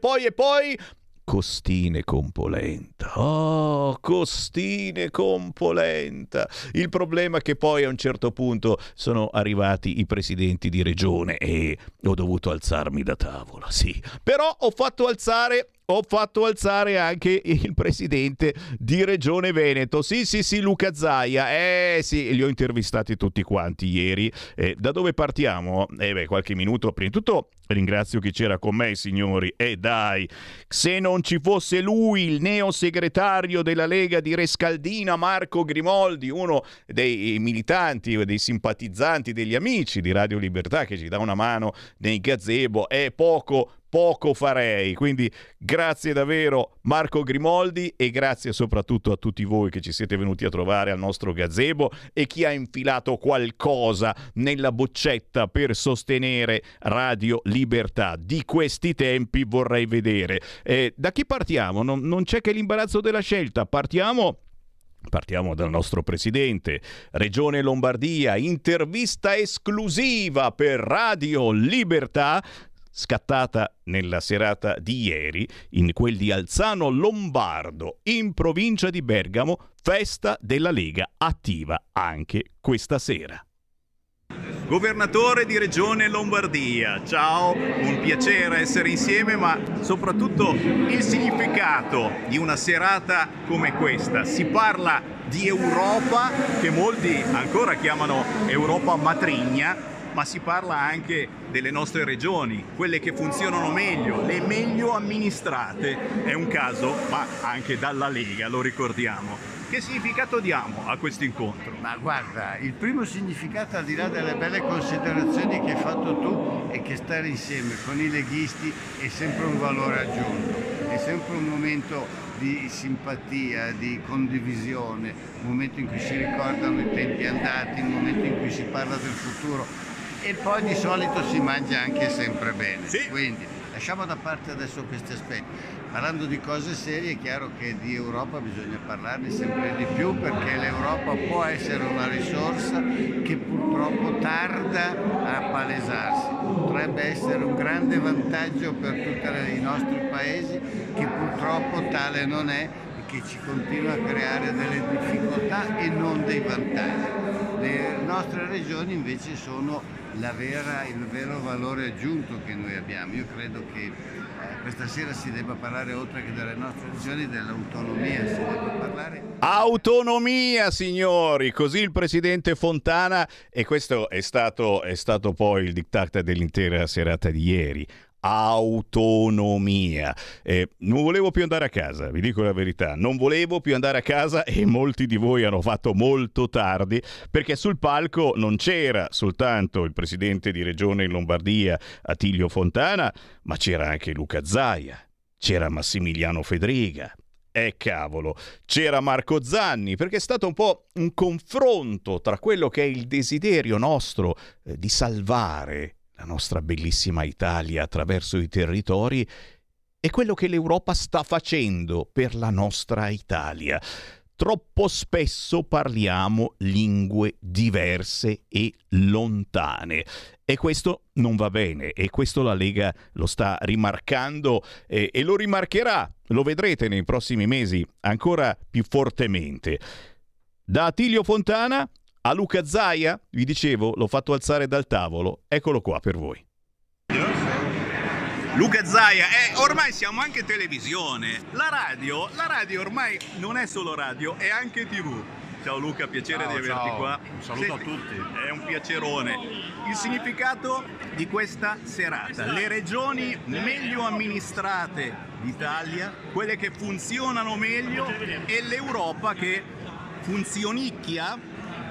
costine con polenta. Oh, costine con polenta. Il problema è che poi a un certo punto sono arrivati i presidenti di regione e ho dovuto alzarmi da tavola, sì. Però ho fatto alzare anche il presidente di Regione Veneto. Sì, Luca Zaia. Sì, li ho intervistati tutti quanti ieri. Da dove partiamo? Qualche minuto. Prima di tutto ringrazio chi c'era con me, signori. Dai, se non ci fosse lui, il neo segretario della Lega di Rescaldina, Marco Grimoldi, uno dei militanti o dei simpatizzanti, degli amici di Radio Libertà che ci dà una mano nei gazebo, poco farei. Quindi grazie davvero Marco Grimoldi e grazie soprattutto a tutti voi che ci siete venuti a trovare al nostro gazebo e chi ha infilato qualcosa nella boccetta per sostenere Radio Libertà. Di questi tempi vorrei vedere. Da chi partiamo? Non c'è che l'imbarazzo della scelta. Partiamo dal nostro presidente. Regione Lombardia, intervista esclusiva per Radio Libertà, scattata nella serata di ieri in quel di Alzano Lombardo in provincia di Bergamo, festa della Lega attiva anche questa sera. governatore di Regione Lombardia. Ciao, un piacere essere insieme, ma soprattutto il significato di una serata come questa. Si parla di Europa, che molti ancora chiamano Europa matrigna, ma si parla anche delle nostre regioni, quelle che funzionano meglio, le meglio amministrate. È un caso, ma anche dalla Lega, lo ricordiamo. Che significato diamo a questo incontro? Ma guarda, il primo significato, al di là delle belle considerazioni che hai fatto tu, è che stare insieme con i leghisti è sempre un valore aggiunto, è sempre un momento di simpatia, di condivisione, un momento in cui si ricordano i tempi andati, un momento in cui si parla del futuro. E poi di solito si mangia anche sempre bene, sì. Quindi lasciamo da parte adesso questi aspetti. Parlando di cose serie, è chiaro che di Europa bisogna parlarne sempre di più, perché l'Europa può essere una risorsa che purtroppo tarda a palesarsi. Potrebbe essere un grande vantaggio per tutti i nostri paesi, che purtroppo tale non è, e che ci continua a creare delle difficoltà e non dei vantaggi. Le nostre regioni invece sono il vero valore aggiunto che noi abbiamo. Io credo che questa sera si debba parlare, oltre che delle nostre regioni, dell'autonomia. Si debba parlare autonomia, signori, così il presidente Fontana, e questo è stato poi il diktat dell'intera serata di ieri. Autonomia. Non volevo più andare a casa, vi dico la verità, non volevo più andare a casa, e molti di voi hanno fatto molto tardi, perché sul palco non c'era soltanto il presidente di Regione in Lombardia, Attilio Fontana, ma c'era anche Luca Zaia, c'era Massimiliano Fedriga, cavolo, c'era Marco Zanni, perché è stato un po' un confronto tra quello che è il desiderio nostro di salvare la nostra bellissima Italia attraverso i territori e quello che l'Europa sta facendo per la nostra Italia. Troppo spesso parliamo lingue diverse e lontane, e questo non va bene, e questo la Lega lo sta rimarcando e lo rimarcherà, lo vedrete nei prossimi mesi ancora più fortemente. Da Attilio Fontana a Luca Zaia, vi dicevo, l'ho fatto alzare dal tavolo, eccolo qua per voi. Luca Zaia, ormai siamo anche televisione, la radio ormai non è solo radio, è anche TV. Ciao Luca, piacere di averti qua. Un saluto a tutti. È un piacerone. Il significato di questa serata: le regioni meglio amministrate d'Italia, quelle che funzionano meglio, e l'Europa che funziona.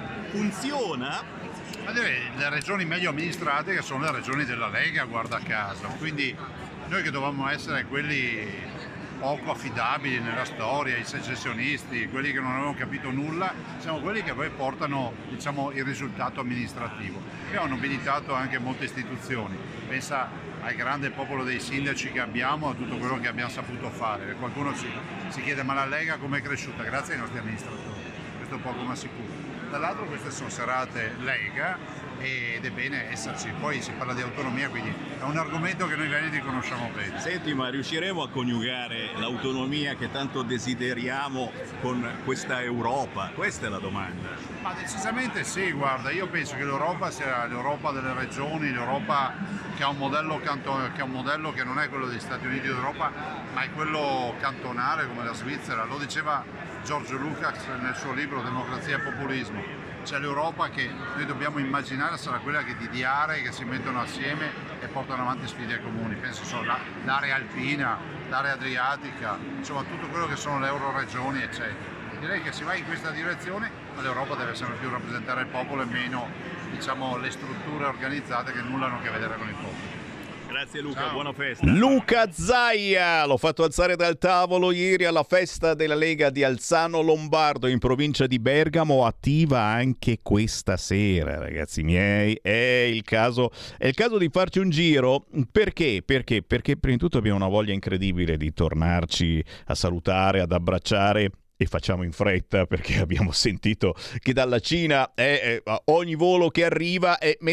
Le regioni meglio amministrate, che sono le regioni della Lega, guarda caso. Quindi noi che dovevamo essere quelli poco affidabili nella storia, i secessionisti, quelli che non avevano capito nulla, siamo quelli che poi portano, diciamo, il risultato amministrativo. Abbiamo nobilitato anche molte istituzioni. Pensa al grande popolo dei sindaci che abbiamo, a tutto quello che abbiamo saputo fare. Qualcuno si chiede: ma la Lega come è cresciuta? Grazie ai nostri amministratori. Questo è poco ma sicuro. Dall'altro queste sono serate Lega ed è bene esserci. Poi si parla di autonomia, quindi è un argomento che noi veneti conosciamo bene. Senti, ma riusciremo a coniugare l'autonomia che tanto desideriamo con questa Europa? Questa è la domanda. Ma decisamente sì, guarda, io penso che l'Europa sia l'Europa delle regioni, l'Europa che ha un modello che non è quello degli Stati Uniti d'Europa, ma è quello cantonale come la Svizzera. Lo diceva George Lucas nel suo libro Democrazia e Populismo. C'è l'Europa che noi dobbiamo immaginare sarà quella di aree che si mettono assieme e portano avanti sfide comuni. Penso l'area alpina, l'area adriatica, insomma tutto quello che sono le euroregioni, eccetera. Direi che si va in questa direzione, ma l'Europa deve sempre più rappresentare il popolo e meno, diciamo, le strutture organizzate che nulla hanno a che vedere con il popolo. Grazie Luca, ciao. Buona festa. Luca Zaia, l'ho fatto alzare dal tavolo ieri alla festa della Lega di Alzano Lombardo in provincia di Bergamo, attiva anche questa sera, ragazzi miei. È il caso di farci un giro. Perché? Perché prima di tutto abbiamo una voglia incredibile di tornarci a salutare, ad abbracciare. E facciamo in fretta, perché abbiamo sentito che dalla Cina ogni volo che arriva è metà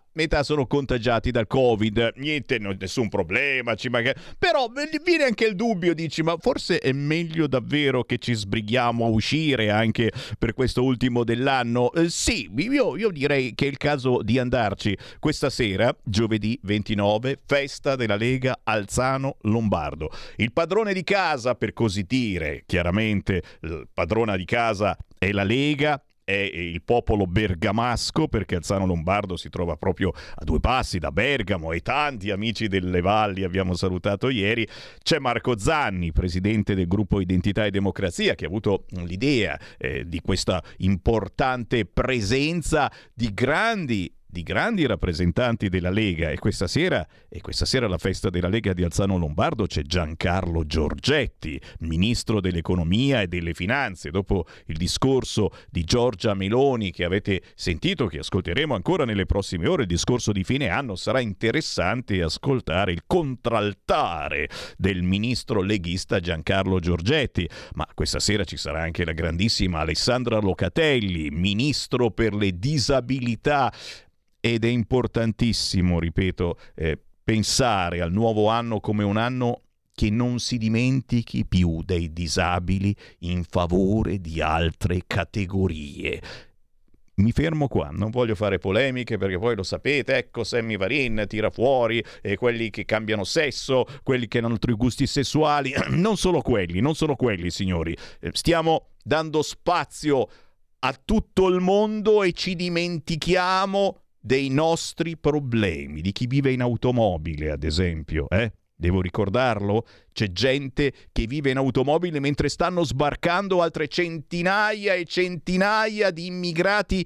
metà sono contagiati dal Covid, niente, nessun problema, però viene anche il dubbio, dici, ma forse è meglio davvero che ci sbrighiamo a uscire anche per questo ultimo dell'anno? Sì, io direi che è il caso di andarci questa sera, giovedì 29, festa della Lega Alzano Lombardo. Il padrone di casa, per così dire, chiaramente padrona di casa è la Lega, è il popolo bergamasco, perché Alzano Lombardo si trova proprio a 2 passi da Bergamo e tanti amici delle valli abbiamo salutato ieri. C'è Marco Zanni, presidente del gruppo Identità e Democrazia, che ha avuto l'idea di questa importante presenza di grandi rappresentanti della Lega, e questa sera alla festa della Lega di Alzano Lombardo c'è Giancarlo Giorgetti, ministro dell'economia e delle finanze. Dopo il discorso di Giorgia Meloni che avete sentito, che ascolteremo ancora nelle prossime ore, il discorso di fine anno, sarà interessante ascoltare il contraltare del ministro leghista Giancarlo Giorgetti. Ma questa sera ci sarà anche la grandissima Alessandra Locatelli, ministro per le disabilità. Ed è importantissimo, ripeto, pensare al nuovo anno come un anno che non si dimentichi più dei disabili in favore di altre categorie. Mi fermo qua, non voglio fare polemiche perché poi lo sapete, ecco Sammy Varin tira fuori quelli che cambiano sesso, quelli che hanno altri gusti sessuali, non solo quelli signori, stiamo dando spazio a tutto il mondo e ci dimentichiamo dei nostri problemi, di chi vive in automobile, ad esempio, Devo ricordarlo? C'è gente che vive in automobile mentre stanno sbarcando altre centinaia e centinaia di immigrati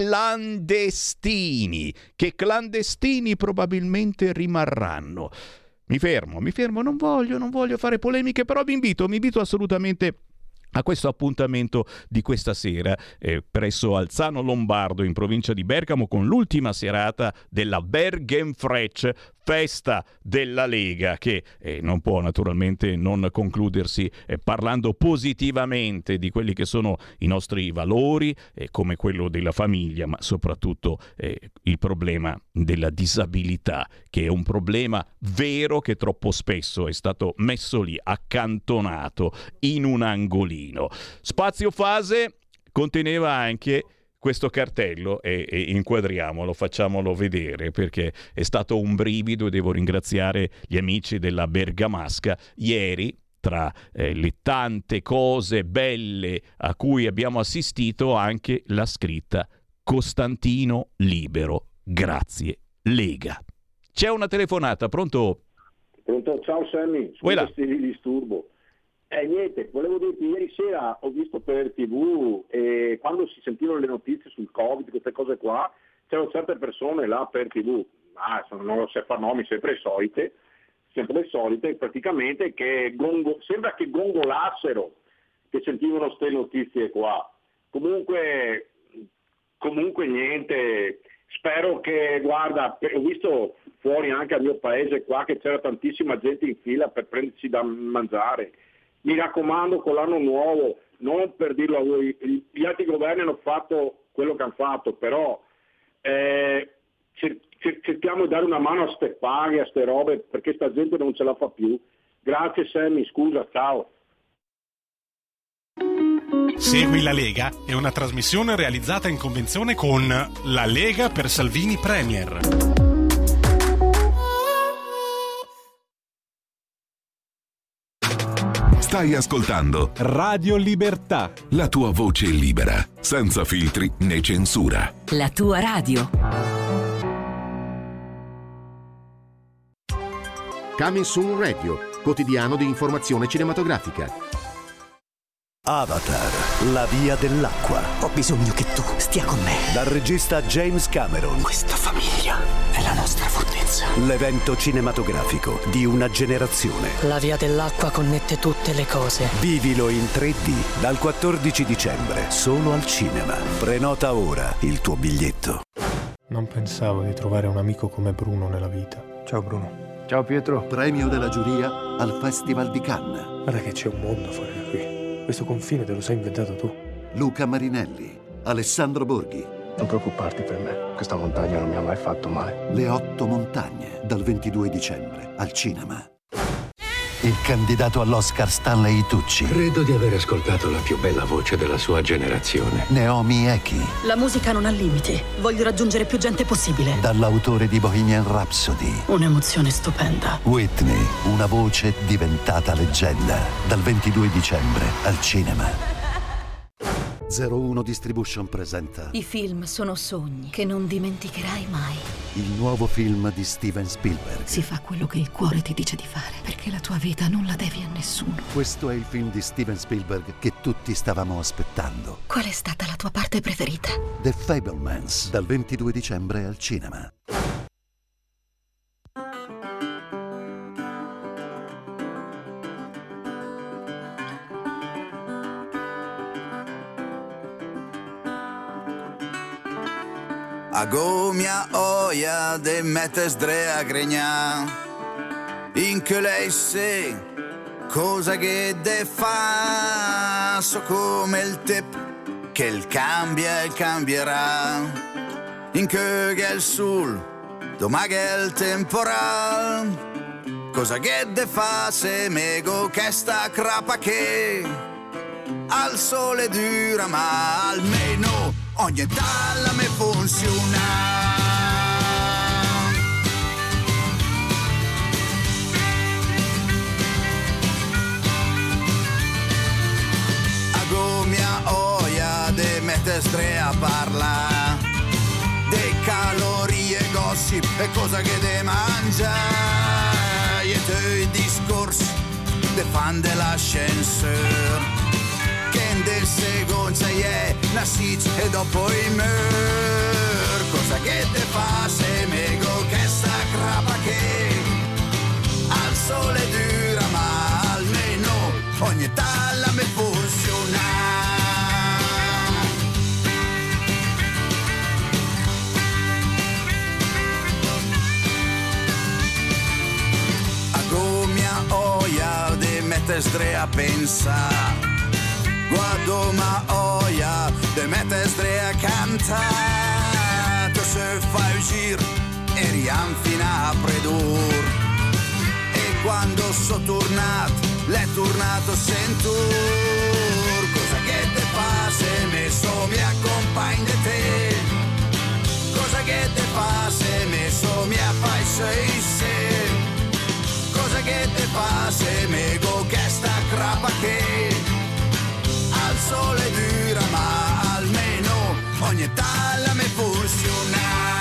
clandestini, che clandestini probabilmente rimarranno. Mi fermo, non voglio fare polemiche, però vi invito assolutamente a questo appuntamento di questa sera presso Alzano Lombardo in provincia di Bergamo, con l'ultima serata della Bergenfrech, festa della Lega, che non può naturalmente non concludersi parlando positivamente di quelli che sono i nostri valori, come quello della famiglia, ma soprattutto il problema della disabilità, che è un problema vero che troppo spesso è stato messo lì, accantonato in un angolino. Spazio Fase conteneva anche questo cartello e inquadriamolo, facciamolo vedere, perché è stato un brivido e devo ringraziare gli amici della Bergamasca. Ieri, tra le tante cose belle a cui abbiamo assistito, anche la scritta Costantino libero, grazie Lega. C'è una telefonata, pronto? Pronto, ciao Sammy, scusa se ti disturbo. Niente, volevo dirti, ieri sera ho visto per TV e quando si sentivano le notizie sul Covid, queste cose qua, c'erano certe persone là per TV, non lo so far nomi, sempre le solite, praticamente che sembra che gongolassero, che sentivano queste notizie qua. Comunque niente, spero che, guarda, ho visto fuori anche al mio paese qua che c'era tantissima gente in fila per prendersi da mangiare. Mi raccomando, con l'anno nuovo, non per dirlo a voi, gli altri governi hanno fatto quello che hanno fatto, però cerchiamo di dare una mano a ste paghe, a ste robe, perché sta gente non ce la fa più. Grazie Sammy, scusa, ciao. Segui la Lega è una trasmissione realizzata in convenzione con La Lega per Salvini Premier. Stai ascoltando Radio Libertà, la tua voce libera, senza filtri né censura. La tua radio. Coming Soon Radio, quotidiano di informazione cinematografica. Avatar, la via dell'acqua. Ho bisogno che tu stia con me. Dal regista James Cameron. Questa famiglia è la nostra fortezza. L'evento cinematografico di una generazione. La via dell'acqua connette tutte le cose. Vivilo in 3D dal 14 dicembre, solo al cinema. Prenota ora il tuo biglietto. Non pensavo di trovare un amico come Bruno nella vita. Ciao Bruno. Ciao Pietro. Premio della giuria al Festival di Cannes. Guarda che c'è un mondo fuori da qui. Questo confine te lo sei inventato tu. Luca Marinelli, Alessandro Borghi, Non preoccuparti per me, questa montagna non mi ha mai fatto male. Le 8 montagne, dal 22 dicembre, al cinema. Il candidato all'Oscar Stanley Tucci. Credo di aver ascoltato la più bella voce della sua generazione. Naomi Eki. La musica non ha limiti. Voglio raggiungere più gente possibile. Dall'autore di Bohemian Rhapsody. Un'emozione stupenda. Whitney, una voce diventata leggenda. Dal 22 dicembre, al cinema. 01 Distribution presenta I film sono sogni che non dimenticherai mai. il nuovo film di Steven Spielberg. Si fa quello che il cuore ti dice di fare, perché la tua vita non la devi a nessuno. Questo è il film di Steven Spielberg che tutti stavamo aspettando. Qual è stata la tua parte preferita? The Fabelmans, dal 22 dicembre al cinema. Ago mia oia de mettes drea gregna in che lei se cosa che de fa so come il tip che il cambia e cambierà in che il sul domani che il temporal cosa che de fa se mego che sta crapa che al sole dura ma almeno ogni talla me funziona. Ago mia oia de mettere a parla de calorie, gossip e cosa che de mangia e te discorsi de fan dell'ascenseur del secondo è la sic e dopo il mur cosa che te fa se mego che sta crapa che al sole dura ma almeno ogni talla me funziona. Ago mia oia de mettere a pensare guardo ma oia de mettere a cantare tu se fai uscire e rianfina a predur e quando so tornato l'è tornato sentur cosa che te fa se me so mi accompagni di te cosa che te fa se me so mi fai sei se cosa che te fa se me go che sta crapa che al sole dura ma almeno ogni talla me funziona.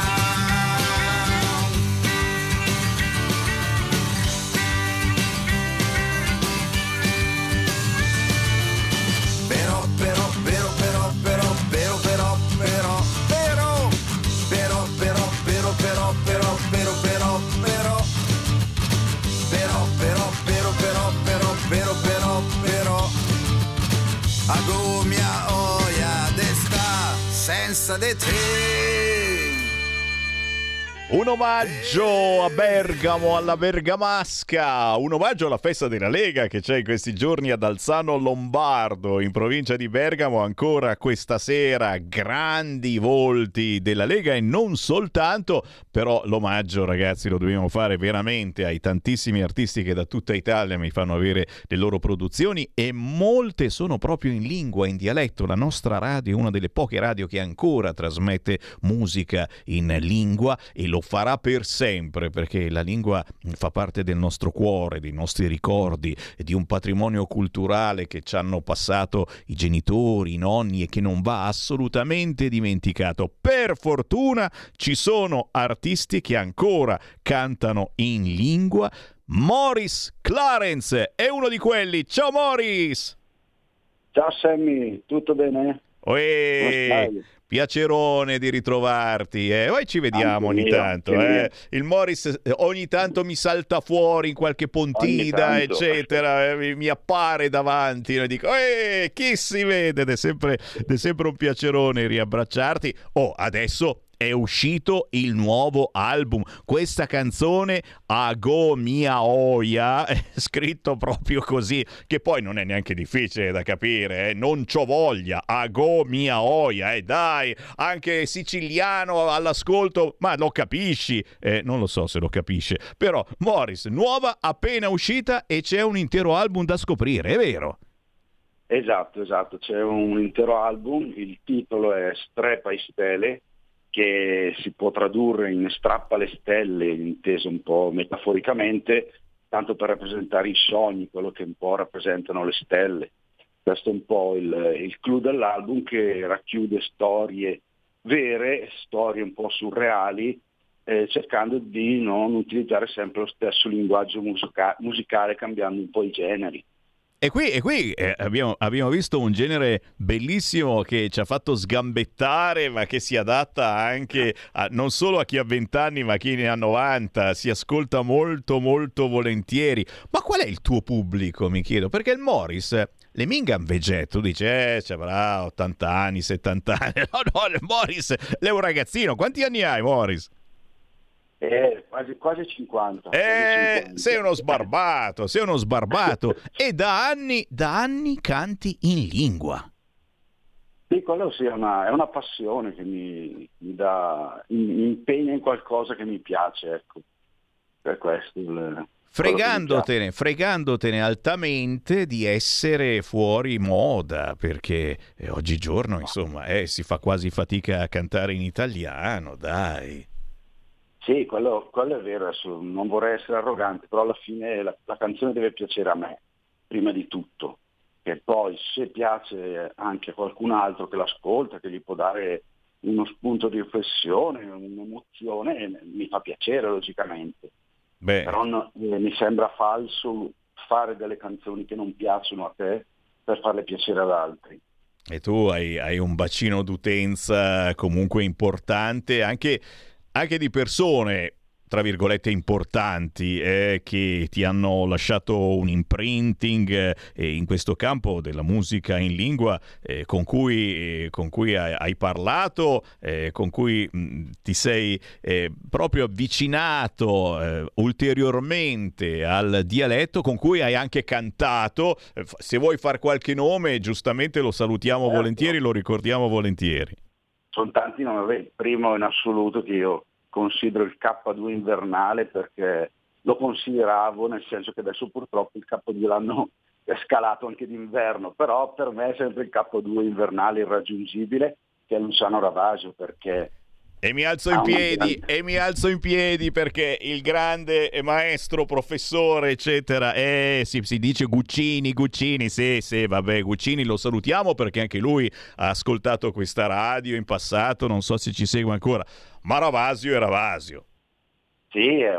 Ago mia oia d'esta senza di te. Un omaggio a Bergamo, alla Bergamasca, un omaggio alla festa della Lega che c'è in questi giorni ad Alzano Lombardo, in provincia di Bergamo. Ancora questa sera grandi volti della Lega e non soltanto, però l'omaggio, ragazzi, lo dobbiamo fare veramente ai tantissimi artisti che da tutta Italia mi fanno avere le loro produzioni e molte sono proprio in lingua, in dialetto. La nostra radio è una delle poche radio che ancora trasmette musica in lingua e lo farà per sempre, perché la lingua fa parte del nostro cuore, dei nostri ricordi, di un patrimonio culturale che ci hanno passato i genitori, i nonni e che non va assolutamente dimenticato. Per fortuna ci sono artisti che ancora cantano in lingua. Morris Clarence è uno di quelli. Ciao Morris! Ciao Sammy, tutto bene? Piacerone di ritrovarti, poi ci vediamo ogni tanto. Il Morris ogni tanto mi salta fuori in qualche pontida, eccetera, mi appare davanti e dico chi si vede, ed è sempre un piacerone riabbracciarti. Adesso è uscito il nuovo album. Questa canzone Ago Mia Oia è scritto proprio così, che poi non è neanche difficile da capire, non c'ho voglia, Ago Mia Oia, dai, anche siciliano all'ascolto, ma lo capisci? Non lo so se lo capisce, però Morris, nuova appena uscita e c'è un intero album da scoprire, è vero? Esatto, c'è un intero album, il titolo è Strepa i stele, che si può tradurre in strappa le stelle, inteso un po' metaforicamente, tanto per rappresentare i sogni, quello che un po' rappresentano le stelle. Questo è un po' il clou dell'album, che racchiude storie vere, storie un po' surreali, cercando di non utilizzare sempre lo stesso linguaggio musicale, cambiando un po' i generi. E qui abbiamo visto un genere bellissimo che ci ha fatto sgambettare, ma che si adatta anche non solo a chi ha 20 anni, ma a chi ne ha 90. Si ascolta molto, molto volentieri. Ma qual è il tuo pubblico, mi chiedo? Perché il Morris, le Mingan Veget, tu dici, ci avrà 80 anni, 70 anni. No, il Morris è un ragazzino. Quanti anni hai, Morris? Quasi 50. Sei uno sbarbato. E da anni canti in lingua. Sì, quello sì, è una passione che mi impegna in qualcosa che mi piace, ecco. Per questo fregandotene altamente di essere fuori moda, perché oggigiorno, insomma, si fa quasi fatica a cantare in italiano, dai. Sì, quello è vero, adesso non vorrei essere arrogante, però alla fine la canzone deve piacere a me, prima di tutto, e poi se piace anche a qualcun altro che l'ascolta, che gli può dare uno spunto di riflessione, un'emozione, mi fa piacere logicamente. Però mi sembra falso fare delle canzoni che non piacciono a te per farle piacere ad altri. E tu hai un bacino d'utenza comunque importante, anche di persone, tra virgolette, importanti, che ti hanno lasciato un imprinting in questo campo della musica in lingua, con cui hai parlato, con cui ti sei proprio avvicinato ulteriormente al dialetto, con cui hai anche cantato. Se vuoi far qualche nome, giustamente lo salutiamo volentieri, lo ricordiamo volentieri. Sono tanti nomi, il primo in assoluto che io considero il K2 invernale, perché lo consideravo, nel senso che adesso purtroppo il K2 l'hanno scalato anche d'inverno, però per me è sempre il K2 invernale irraggiungibile, che è Luciano Ravasio, perché... E mi alzo in piedi perché il grande maestro, professore, eccetera, si dice Guccini, sì, vabbè, Guccini lo salutiamo perché anche lui ha ascoltato questa radio in passato, non so se ci segue ancora, ma Ravasio è Ravasio. Sì, è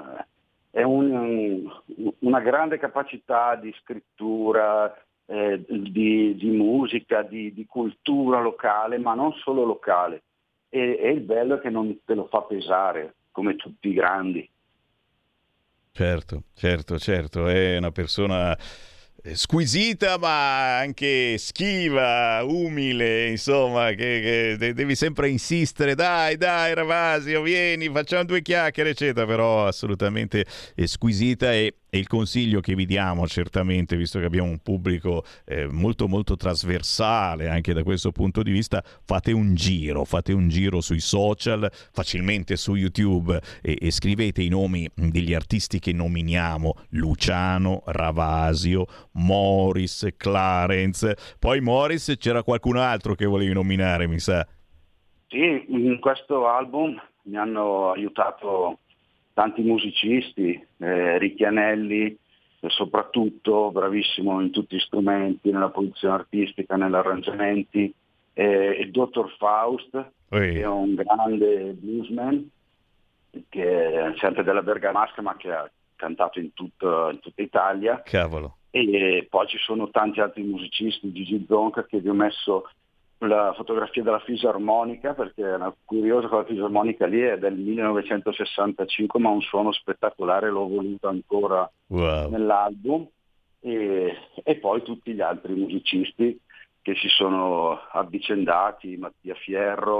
una grande capacità di scrittura, di musica, di cultura locale, ma non solo locale. E il bello è che non te lo fa pesare, come tutti i grandi. Certo, è una persona squisita ma anche schiva, umile, insomma, che devi sempre insistere, dai Ravasio, vieni, facciamo due chiacchiere, eccetera, però assolutamente squisita. E il consiglio che vi diamo, certamente, visto che abbiamo un pubblico molto molto trasversale anche da questo punto di vista, fate un giro sui social, facilmente su YouTube, e scrivete i nomi degli artisti che nominiamo: Luciano, Ravasio, Morris, Clarence. Poi Morris, c'era qualcun altro che volevi nominare, mi sa. Sì, in questo album mi hanno aiutato tanti musicisti, Ricchi Anelli soprattutto, bravissimo in tutti gli strumenti, nella produzione artistica, negli arrangiamenti, il Dottor Faust, che è un grande bluesman, che è sempre della Bergamasca ma che ha cantato in tutta Italia. Cavolo. E poi ci sono tanti altri musicisti, Gigi Zonca, che vi ho messo la fotografia della fisarmonica, perché è curioso che la fisarmonica lì è del 1965, ma un suono spettacolare, l'ho voluto ancora nell'album, e poi tutti gli altri musicisti che si sono avvicendati, Mattia Fierro,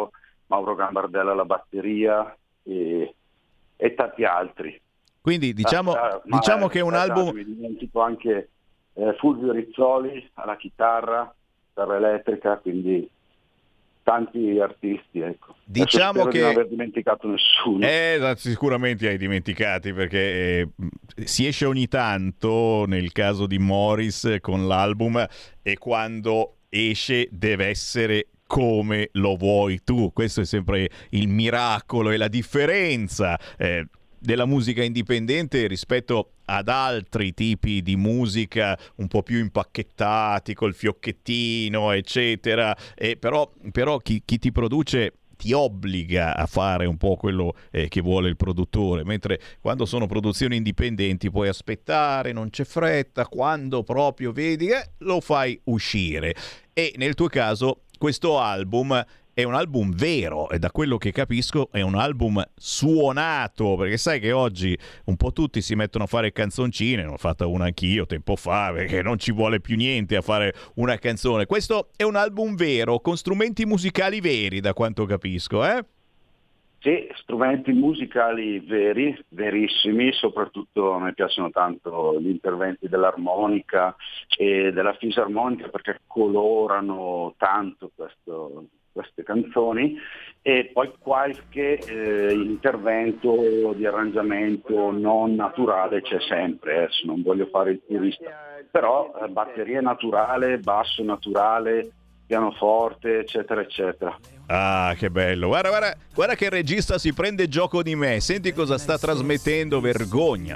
Mauro Gambardella alla batteria e tanti altri. Quindi diciamo che è un album... Mi dimentico anche Fulvio Rizzoli alla chitarra elettrica, quindi tanti artisti, ecco. Diciamo che di non aver dimenticato nessuno. Sicuramente hai dimenticati, perché si esce ogni tanto nel caso di Morris con l'album, e quando esce deve essere come lo vuoi tu. Questo è sempre il miracolo e la differenza della musica indipendente rispetto ad altri tipi di musica un po' più impacchettati col fiocchettino eccetera, però chi ti produce ti obbliga a fare un po' quello che vuole il produttore, mentre quando sono produzioni indipendenti puoi aspettare, non c'è fretta, quando proprio vedi lo fai uscire. E nel tuo caso questo album è un album vero, e da quello che capisco è un album suonato, perché sai che oggi un po' tutti si mettono a fare canzoncine, ne ho fatta una anch'io tempo fa, perché non ci vuole più niente a fare una canzone. Questo è un album vero, con strumenti musicali veri, da quanto capisco, eh? Sì, strumenti musicali veri, verissimi, soprattutto a me piacciono tanto gli interventi dell'armonica e della fisarmonica, perché colorano tanto queste canzoni, e poi qualche intervento di arrangiamento non naturale c'è sempre, adesso non voglio fare il purista, però batteria naturale, basso naturale, pianoforte, eccetera eccetera. Ah, che bello. Guarda che il regista si prende gioco di me. Senti cosa sta trasmettendo. Vergogna.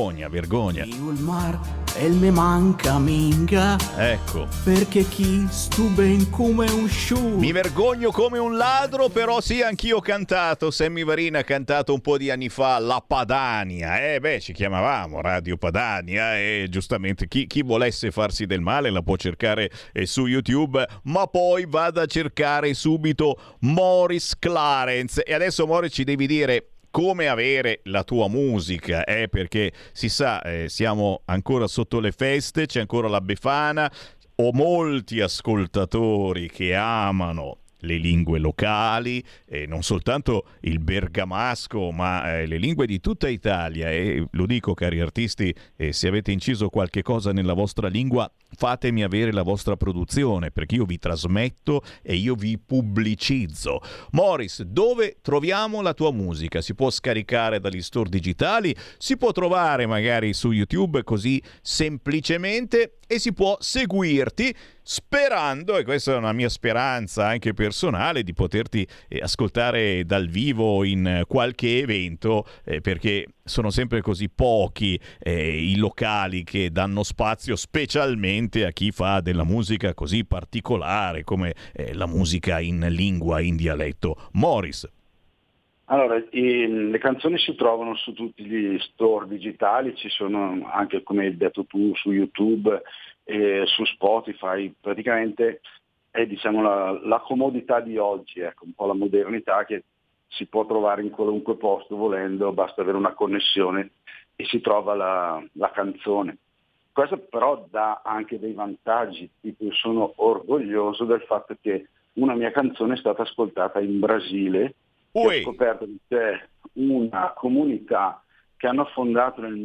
Il mar e il me manca minga. Ecco. Perché chi stu ben come un sciù. Mi vergogno come un ladro, però sì, anch'io ho cantato. Sammy Varin ha cantato un po' di anni fa La Padania. Ci chiamavamo Radio Padania, e giustamente chi volesse farsi del male la può cercare su YouTube, ma poi vada a cercare subito Morris Clarence. E adesso, Morris, ci devi dire come avere la tua musica, perché si sa, siamo ancora sotto le feste, c'è ancora la Befana, ho molti ascoltatori che amano le lingue locali, non soltanto il bergamasco, ma le lingue di tutta Italia. E lo dico, cari artisti, se avete inciso qualche cosa nella vostra lingua, fatemi avere la vostra produzione, perché io vi trasmetto e io vi pubblicizzo. Morris, dove troviamo la tua musica? Si può scaricare dagli store digitali, si può trovare magari su YouTube così semplicemente, e si può seguirti, sperando, e questa è una mia speranza anche personale, di poterti ascoltare dal vivo in qualche evento, perché sono sempre così pochi i locali che danno spazio specialmente a chi fa della musica così particolare come la musica in lingua, in dialetto. Morris. Allora, le canzoni si trovano su tutti gli store digitali, ci sono anche, come hai detto tu, su YouTube e su Spotify. Praticamente è, diciamo, la comodità di oggi, ecco, un po' la modernità, che si può trovare in qualunque posto volendo, basta avere una connessione e si trova la canzone. Questo però dà anche dei vantaggi, tipo io sono orgoglioso del fatto che una mia canzone è stata ascoltata in Brasile. Ho scoperto che c'è una comunità che hanno fondato nel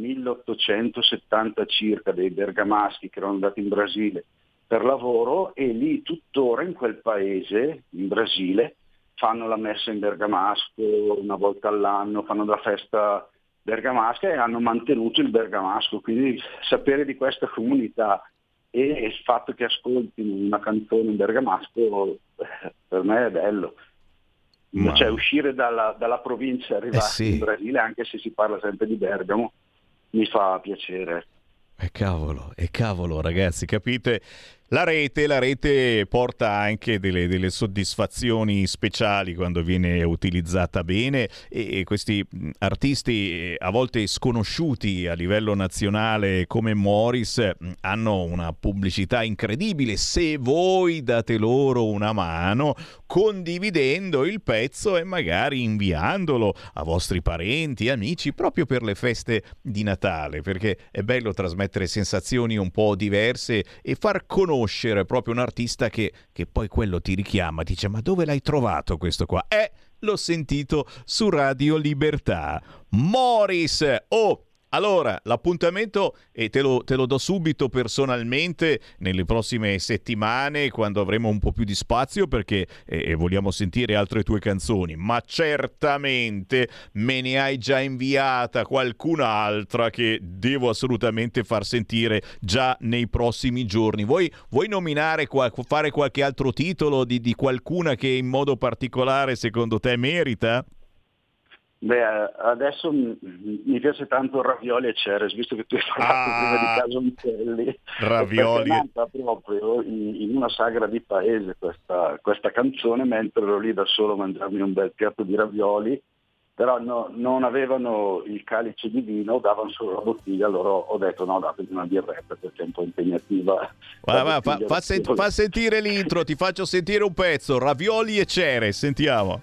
1870 circa, dei bergamaschi che erano andati in Brasile per lavoro, e lì tuttora in quel paese, in Brasile, fanno la messa in bergamasco una volta all'anno, fanno la festa bergamasca, e hanno mantenuto il bergamasco. Quindi sapere di questa comunità e il fatto che ascoltino una canzone in bergamasco per me è bello. Cioè, uscire dalla provincia e arrivare in Brasile, anche se si parla sempre di Bergamo, mi fa piacere. Cavolo, ragazzi, capite? La rete porta anche delle soddisfazioni speciali quando viene utilizzata bene, e questi artisti a volte sconosciuti a livello nazionale come Morris hanno una pubblicità incredibile se voi date loro una mano condividendo il pezzo e magari inviandolo a vostri parenti, amici, proprio per le feste di Natale, perché è bello trasmettere sensazioni un po' diverse e far conoscere conoscere proprio un artista che poi quello ti richiama, dice ma dove l'hai trovato questo qua? L'ho sentito su Radio Libertà. Morris, allora, l'appuntamento, e te lo do subito personalmente nelle prossime settimane, quando avremo un po' più di spazio, perché vogliamo sentire altre tue canzoni, ma certamente me ne hai già inviata qualcun'altra che devo assolutamente far sentire già nei prossimi giorni. Vuoi nominare, fare qualche altro titolo di qualcuna che in modo particolare secondo te merita? Beh, adesso mi piace tanto Ravioli e Ceres, visto che tu hai parlato prima di Caso Michelli. Ravioli. Perché nata proprio in una sagra di paese questa canzone, mentre ero lì da solo a mangiarmi un bel piatto di ravioli, però non avevano il calice di vino, davano solo la bottiglia, allora ho detto no, datemi una birretta perché è un po' impegnativa. Fa sentire l'intro, ti faccio sentire un pezzo, Ravioli e Ceres, sentiamo.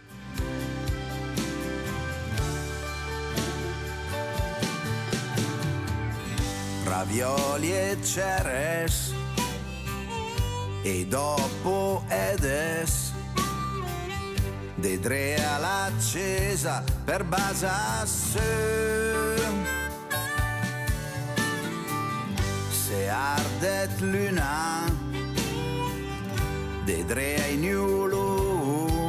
Ravioli e Ceres e dopo Edes Dedrea l'accesa per basasse se ardet luna Dedrea in Iulu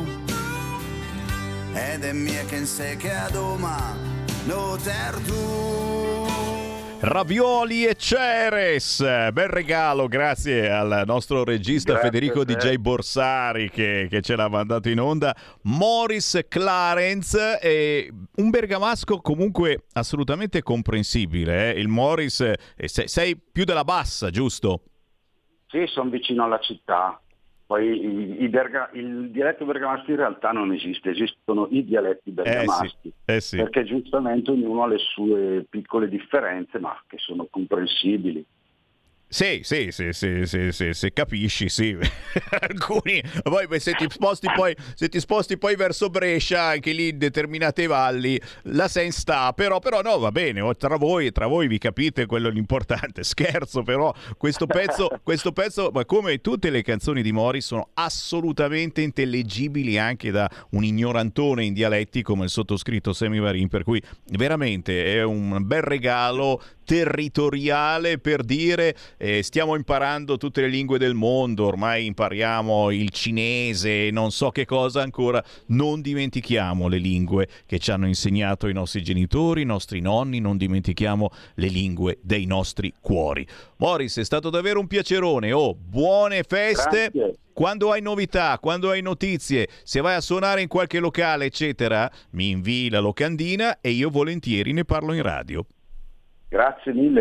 ed è mia che se che a doma no tertu. Ravioli e Ceres, bel regalo, grazie al nostro regista Federico DJ Borsari che ce l'ha mandato in onda. Morris Clarence, un bergamasco comunque assolutamente comprensibile. Il Morris, sei più della bassa, giusto? Sì, sono vicino alla città. Poi il dialetto bergamasco in realtà non esiste, esistono i dialetti bergamaschi, sì. Perché giustamente ognuno ha le sue piccole differenze, ma che sono comprensibili. Sì, capisci, sì. Alcuni, poi se ti sposti poi verso Brescia, anche lì in determinate valli la sense sta, però no, va bene, tra voi vi capite, quello è l'importante. Scherzo, però questo pezzo, ma come tutte le canzoni di Morris, sono assolutamente intellegibili anche da un ignorantone in dialetti come il sottoscritto Sammy Varin, per cui veramente è un bel regalo territoriale per dire stiamo imparando tutte le lingue del mondo, ormai impariamo il cinese, non so che cosa ancora, non dimentichiamo le lingue che ci hanno insegnato i nostri genitori, i nostri nonni, non dimentichiamo le lingue dei nostri cuori. Morris, è stato davvero un piacerone, buone feste. Grazie. Quando hai novità, quando hai notizie, se vai a suonare in qualche locale eccetera, mi invii la locandina e io volentieri ne parlo in radio. Grazie mille.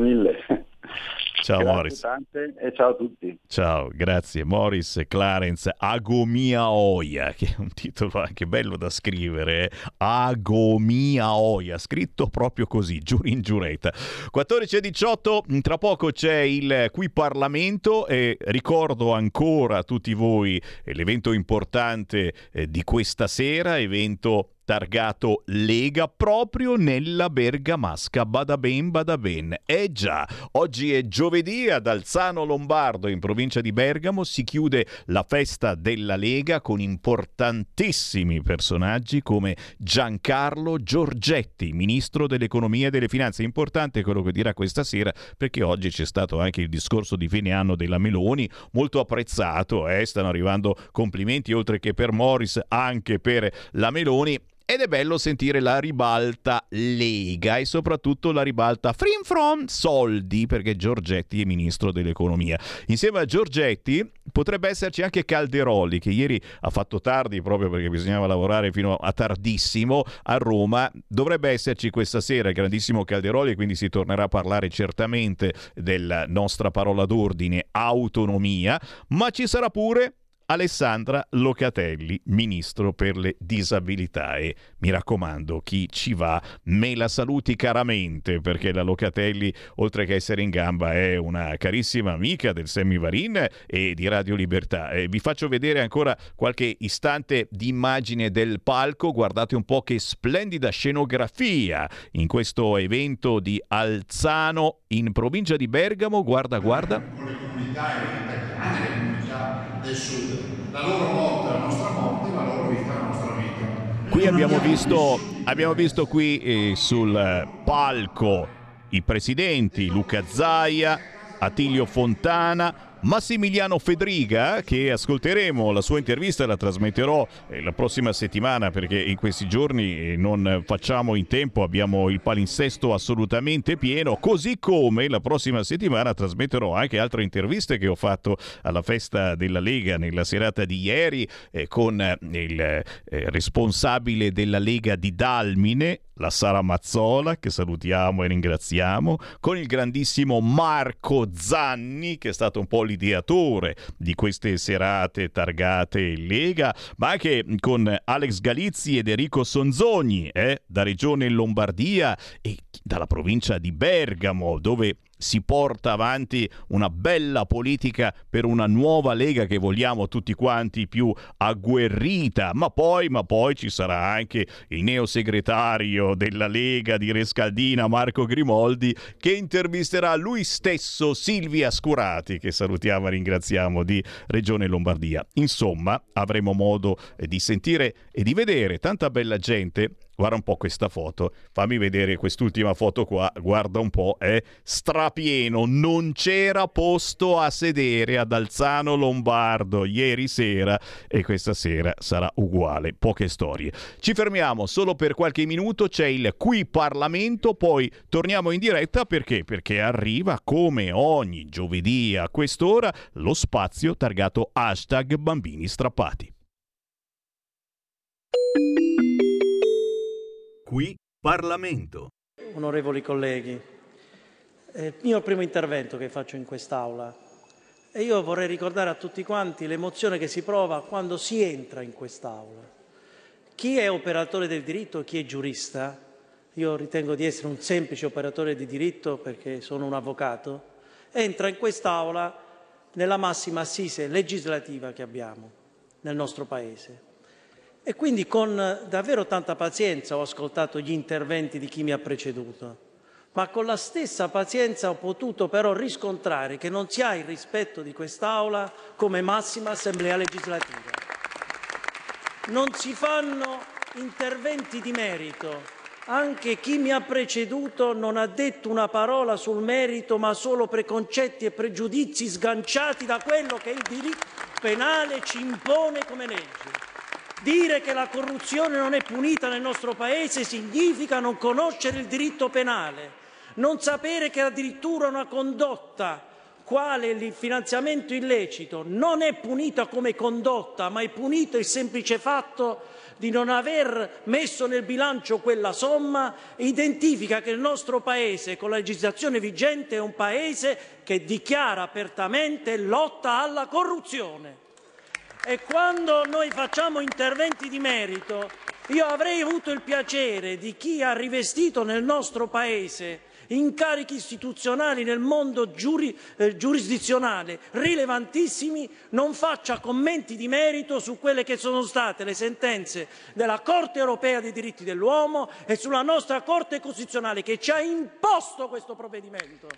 Ciao Morris. Tante e ciao a tutti. Ciao, grazie. Morris Clarence, Agomia Oia, che è un titolo anche bello da scrivere. Agomia Oia, scritto proprio così, in giuretta. 14:18, tra poco c'è il Qui Parlamento e ricordo ancora a tutti voi l'evento importante di questa sera, evento targato Lega proprio nella bergamasca. Bada ben. Già, oggi è giovedì ad Alzano Lombardo in provincia di Bergamo si chiude la festa della Lega con importantissimi personaggi come Giancarlo Giorgetti, ministro dell'economia e delle finanze. Importante quello che dirà questa sera, perché oggi c'è stato anche il discorso di fine anno della Meloni, molto apprezzato, stanno arrivando complimenti oltre che per Morris anche per la Meloni. Ed è bello sentire la ribalta Lega e soprattutto la ribalta from soldi, perché Giorgetti è ministro dell'economia. Insieme a Giorgetti potrebbe esserci anche Calderoli, che ieri ha fatto tardi proprio perché bisognava lavorare fino a tardissimo a Roma. Dovrebbe esserci questa sera il grandissimo Calderoli, e quindi si tornerà a parlare certamente della nostra parola d'ordine, autonomia, ma ci sarà pure Alessandra Locatelli, ministro per le disabilità, e mi raccomando, chi ci va me la saluti caramente, perché la Locatelli, oltre che essere in gamba, è una carissima amica del Sammy Varin e di Radio Libertà. Vi faccio vedere ancora qualche istante di immagine del palco. Guardate un po' che splendida scenografia in questo evento di Alzano in provincia di Bergamo. Guarda. comunità italiane, le comunità del Sud. La loro morte è la nostra morte, la loro vita è la nostra vita. Qui abbiamo visto qui sul palco i presidenti Luca Zaia, Attilio Fontana, Massimiliano Fedriga, che ascolteremo la sua intervista, la trasmetterò la prossima settimana perché in questi giorni non facciamo in tempo, abbiamo il palinsesto assolutamente pieno, così come la prossima settimana trasmetterò anche altre interviste che ho fatto alla festa della Lega nella serata di ieri con il responsabile della Lega di Dalmine, la Sara Mazzola, che salutiamo e ringraziamo, con il grandissimo Marco Zanni, che è stato un po' l'ideatore di queste serate targate Lega, ma anche con Alex Galizzi ed Enrico Sonzogni, da Regione Lombardia e dalla provincia di Bergamo, dove si porta avanti una bella politica per una nuova Lega che vogliamo tutti quanti più agguerrita, ma poi ci sarà anche il neosegretario della Lega di Rescaldina, Marco Grimoldi, che intervisterà lui stesso Silvia Scurati, che salutiamo e ringraziamo, di Regione Lombardia. Insomma, avremo modo di sentire e di vedere tanta bella gente. Guarda un po' questa foto, fammi vedere quest'ultima foto qua, guarda un po', è strapieno, non c'era posto a sedere ad Alzano Lombardo ieri sera e questa sera sarà uguale, poche storie. Ci fermiamo solo per qualche minuto, c'è il Qui Parlamento, poi torniamo in diretta perché arriva come ogni giovedì a quest'ora lo spazio targato #Bambini Strappati. Qui Parlamento. Onorevoli colleghi, è il mio primo intervento che faccio in quest'Aula e io vorrei ricordare a tutti quanti l'emozione che si prova quando si entra in quest'Aula. Chi è operatore del diritto, chi è giurista, io ritengo di essere un semplice operatore di diritto perché sono un avvocato, entra in quest'Aula nella massima assise legislativa che abbiamo nel nostro Paese. E quindi con davvero tanta pazienza ho ascoltato gli interventi di chi mi ha preceduto, ma con la stessa pazienza ho potuto però riscontrare che non si ha il rispetto di quest'Aula come massima assemblea legislativa. Non si fanno interventi di merito. Anche chi mi ha preceduto non ha detto una parola sul merito, ma solo preconcetti e pregiudizi sganciati da quello che il diritto penale ci impone come legge. Dire che la corruzione non è punita nel nostro Paese significa non conoscere il diritto penale, non sapere che addirittura una condotta quale il finanziamento illecito non è punita come condotta, ma è punito il semplice fatto di non aver messo nel bilancio quella somma, identifica che il nostro Paese, con la legislazione vigente, è un Paese che dichiara apertamente lotta alla corruzione. E quando noi facciamo interventi di merito, io avrei avuto il piacere di chi ha rivestito nel nostro Paese incarichi istituzionali nel mondo giurisdizionale rilevantissimi, non faccia commenti di merito su quelle che sono state le sentenze della Corte europea dei diritti dell'uomo e sulla nostra Corte Costituzionale che ci ha imposto questo provvedimento.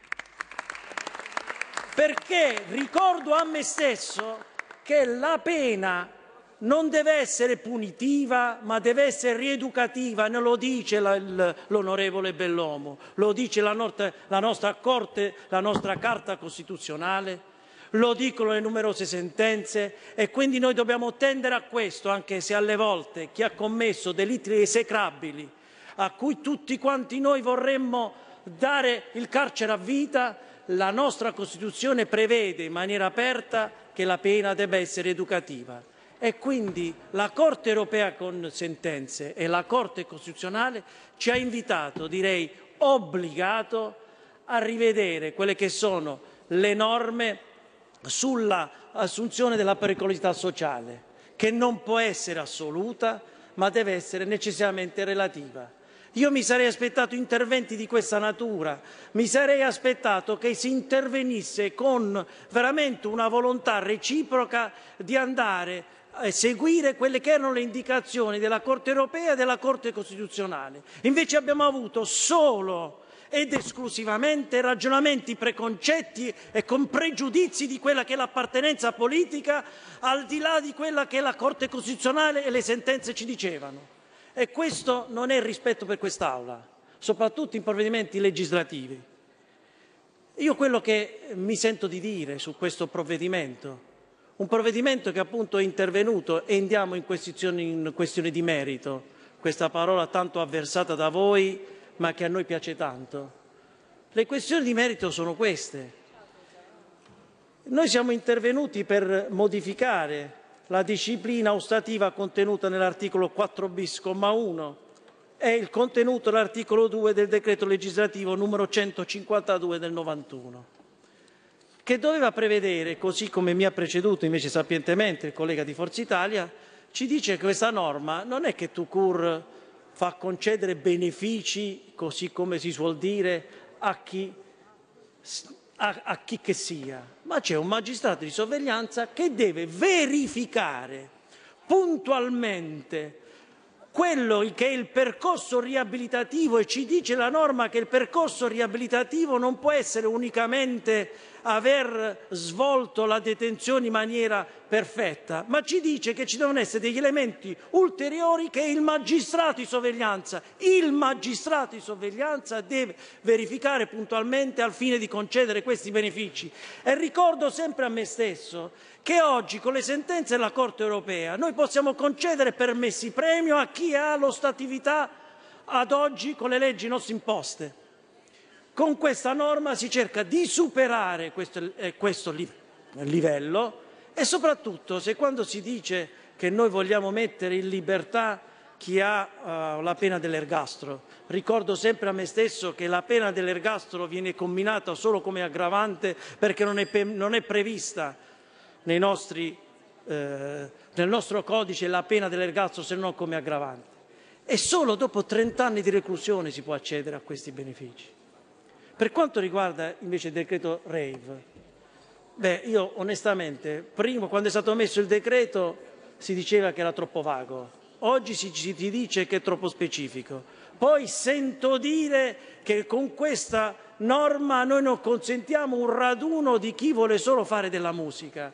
Perché ricordo a me stesso che la pena non deve essere punitiva, ma deve essere rieducativa, non lo dice l'onorevole Bellomo, lo dice la nostra Corte, la nostra Carta Costituzionale, lo dicono le numerose sentenze e quindi noi dobbiamo tendere a questo, anche se alle volte chi ha commesso delitti esecrabili, a cui tutti quanti noi vorremmo dare il carcere a vita, la nostra Costituzione prevede in maniera aperta che la pena debba essere educativa. E quindi la Corte europea con sentenze e la Corte Costituzionale ci ha invitato, direi obbligato, a rivedere quelle che sono le norme sulla assunzione della pericolosità sociale, che non può essere assoluta, ma deve essere necessariamente relativa. Io mi sarei aspettato interventi di questa natura, mi sarei aspettato che si intervenisse con veramente una volontà reciproca di andare a seguire quelle che erano le indicazioni della Corte europea e della Corte Costituzionale. Invece abbiamo avuto solo ed esclusivamente ragionamenti preconcetti e con pregiudizi di quella che è l'appartenenza politica, al di là di quella che la Corte Costituzionale e le sentenze ci dicevano. E questo non è il rispetto per quest'Aula, soprattutto in provvedimenti legislativi. Io quello che mi sento di dire su questo provvedimento, un provvedimento che appunto è intervenuto, e andiamo in questione di merito, questa parola tanto avversata da voi ma che a noi piace tanto. Le questioni di merito sono queste. Noi siamo intervenuti per modificare la disciplina ostativa contenuta nell'articolo 4 bis, comma 1, e il contenuto dell'articolo 2 del decreto legislativo numero 152 del 91, che doveva prevedere, così come mi ha preceduto invece sapientemente il collega di Forza Italia, ci dice che questa norma non è che tout court fa concedere benefici, così come si suol dire, a chi che sia, ma c'è un magistrato di sorveglianza che deve verificare puntualmente quello che è il percorso riabilitativo, e ci dice la norma che il percorso riabilitativo non può essere unicamente aver svolto la detenzione in maniera perfetta, ma ci dice che ci devono essere degli elementi ulteriori che il magistrato di sorveglianza deve verificare puntualmente al fine di concedere questi benefici. E ricordo sempre a me stesso che oggi con le sentenze della Corte europea noi possiamo concedere permessi premio a chi ha l'ostatività ad oggi con le leggi nostre imposte. Con questa norma si cerca di superare questo livello, e soprattutto se quando si dice che noi vogliamo mettere in libertà chi ha la pena dell'ergastolo, ricordo sempre a me stesso che la pena dell'ergastolo viene comminata solo come aggravante perché non è prevista nel nostro codice la pena dell'ergastolo se non come aggravante, e solo dopo 30 anni di reclusione si può accedere a questi benefici. Per quanto riguarda invece il decreto Rave, io onestamente, prima quando è stato messo il decreto si diceva che era troppo vago, oggi si dice che è troppo specifico, poi sento dire che con questa norma noi non consentiamo un raduno di chi vuole solo fare della musica.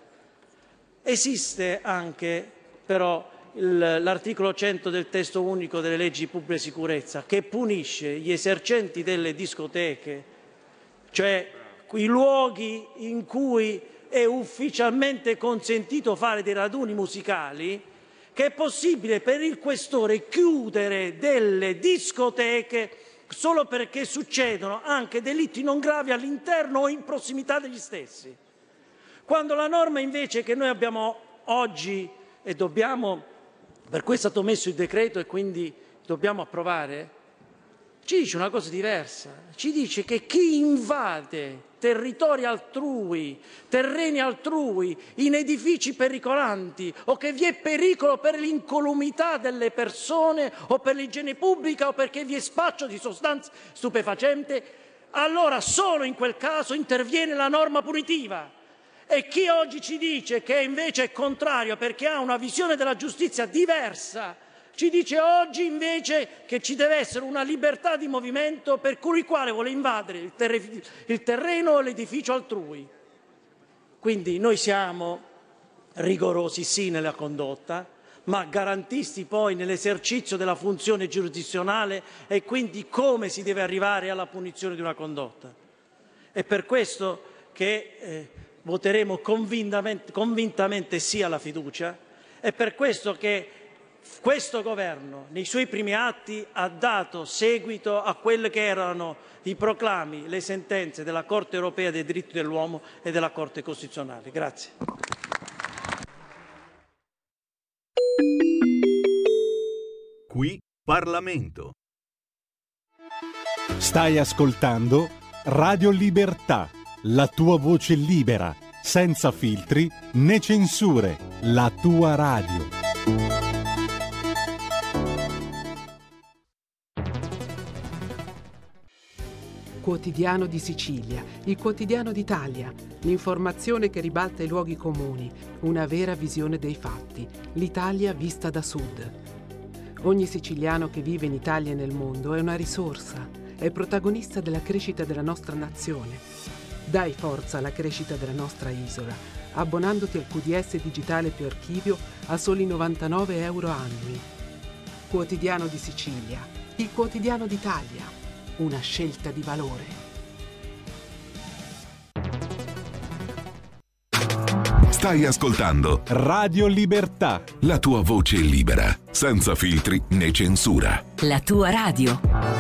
Esiste anche però l'articolo 100 del testo unico delle leggi di pubblica sicurezza che punisce gli esercenti delle discoteche, cioè i luoghi in cui è ufficialmente consentito fare dei raduni musicali, che è possibile per il questore chiudere delle discoteche solo perché succedono anche delitti non gravi all'interno o in prossimità degli stessi. Quando la norma invece che noi abbiamo oggi e dobbiamo, per cui è stato messo il decreto e quindi dobbiamo approvare, ci dice una cosa diversa, ci dice che chi invade territori altrui, terreni altrui, in edifici pericolanti o che vi è pericolo per l'incolumità delle persone o per l'igiene pubblica o perché vi è spaccio di sostanze stupefacenti, allora solo in quel caso interviene la norma punitiva. E chi oggi ci dice che invece è contrario perché ha una visione della giustizia diversa, ci dice oggi invece che ci deve essere una libertà di movimento per cui il quale vuole invadere il terreno o l'edificio altrui. Quindi noi siamo rigorosi sì nella condotta, ma garantisti poi nell'esercizio della funzione giurisdizionale e quindi come si deve arrivare alla punizione di una condotta. È per questo che voteremo convintamente sì alla fiducia, è per questo che questo governo nei suoi primi atti ha dato seguito a quelle che erano i proclami, le sentenze della Corte europea dei diritti dell'uomo e della Corte Costituzionale. Grazie. Qui Parlamento. Stai ascoltando Radio Libertà, la tua voce libera, senza filtri né censure, la tua radio. Quotidiano di Sicilia, il quotidiano d'Italia, l'informazione che ribalta i luoghi comuni, una vera visione dei fatti, l'Italia vista da sud. Ogni siciliano che vive in Italia e nel mondo è una risorsa, è protagonista della crescita della nostra nazione. Dai forza alla crescita della nostra isola, abbonandoti al QDS digitale più archivio a soli 99 euro annui. Quotidiano di Sicilia, il quotidiano d'Italia, una scelta di valore. Stai ascoltando Radio Libertà, la tua voce libera, senza filtri né censura. La tua radio.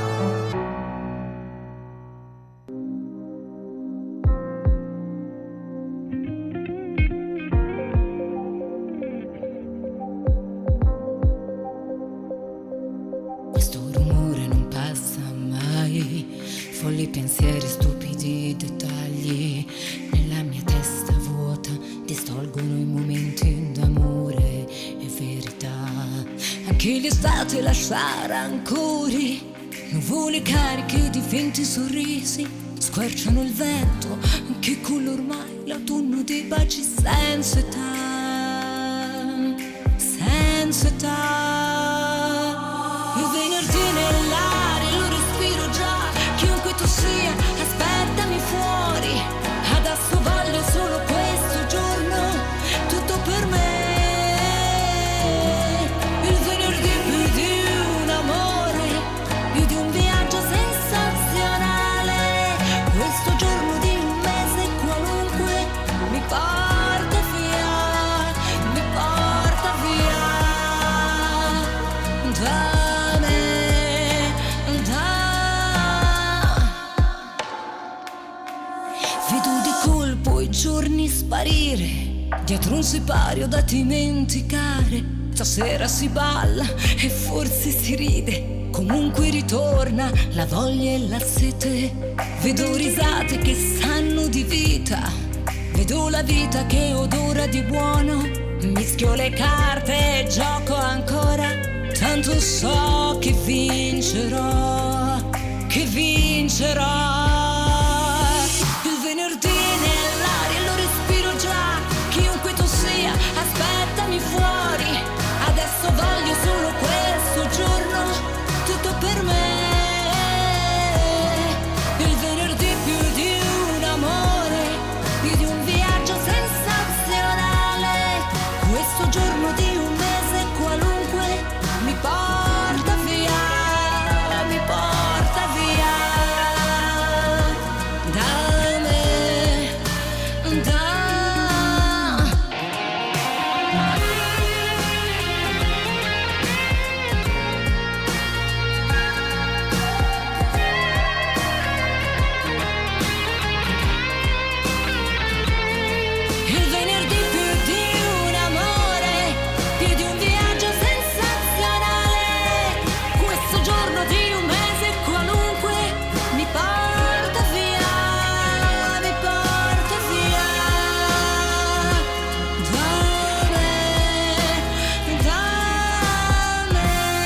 Questo rumore non passa mai, folli pensieri, stupidi dettagli nella mia testa vuota distolgono i momenti d'amore e verità. Anche l'estate lascia rancori, nuvole cariche di finti sorrisi squarciano il vento che culla ormai l'autunno dei baci senza età, senza età. Il venerdì nell'aria lo respiro già, chiunque tu sia aspettami fuori, adesso voglio solo questo giorno, tutto per me. Il venerdì più di un amore, più di un viaggio sensazionale, questo giorno di un mese qualunque mi porta via da me, vedo di colpo i giorni sparire, dietro un sipario da dimenticare. Stasera si balla e forse si ride, comunque ritorna la voglia e la sete. Vedo risate che sanno di vita, vedo la vita che odora di buono. Mischio le carte e gioco ancora, tanto so che vincerò, che vincerò. Il venerdì nell'aria lo respiro già, chiunque tu sia aspettami fuori, adesso voglio solo questo giorno, tutto per me. Il venerdì più di un amore, più di un viaggio sensazionale, questo giorno di un mese qualunque mi porta via da me, da il venerdì più di un amore, più di un viaggio sensazionale, questo giorno di un mese qualunque mi porta via da me, da me.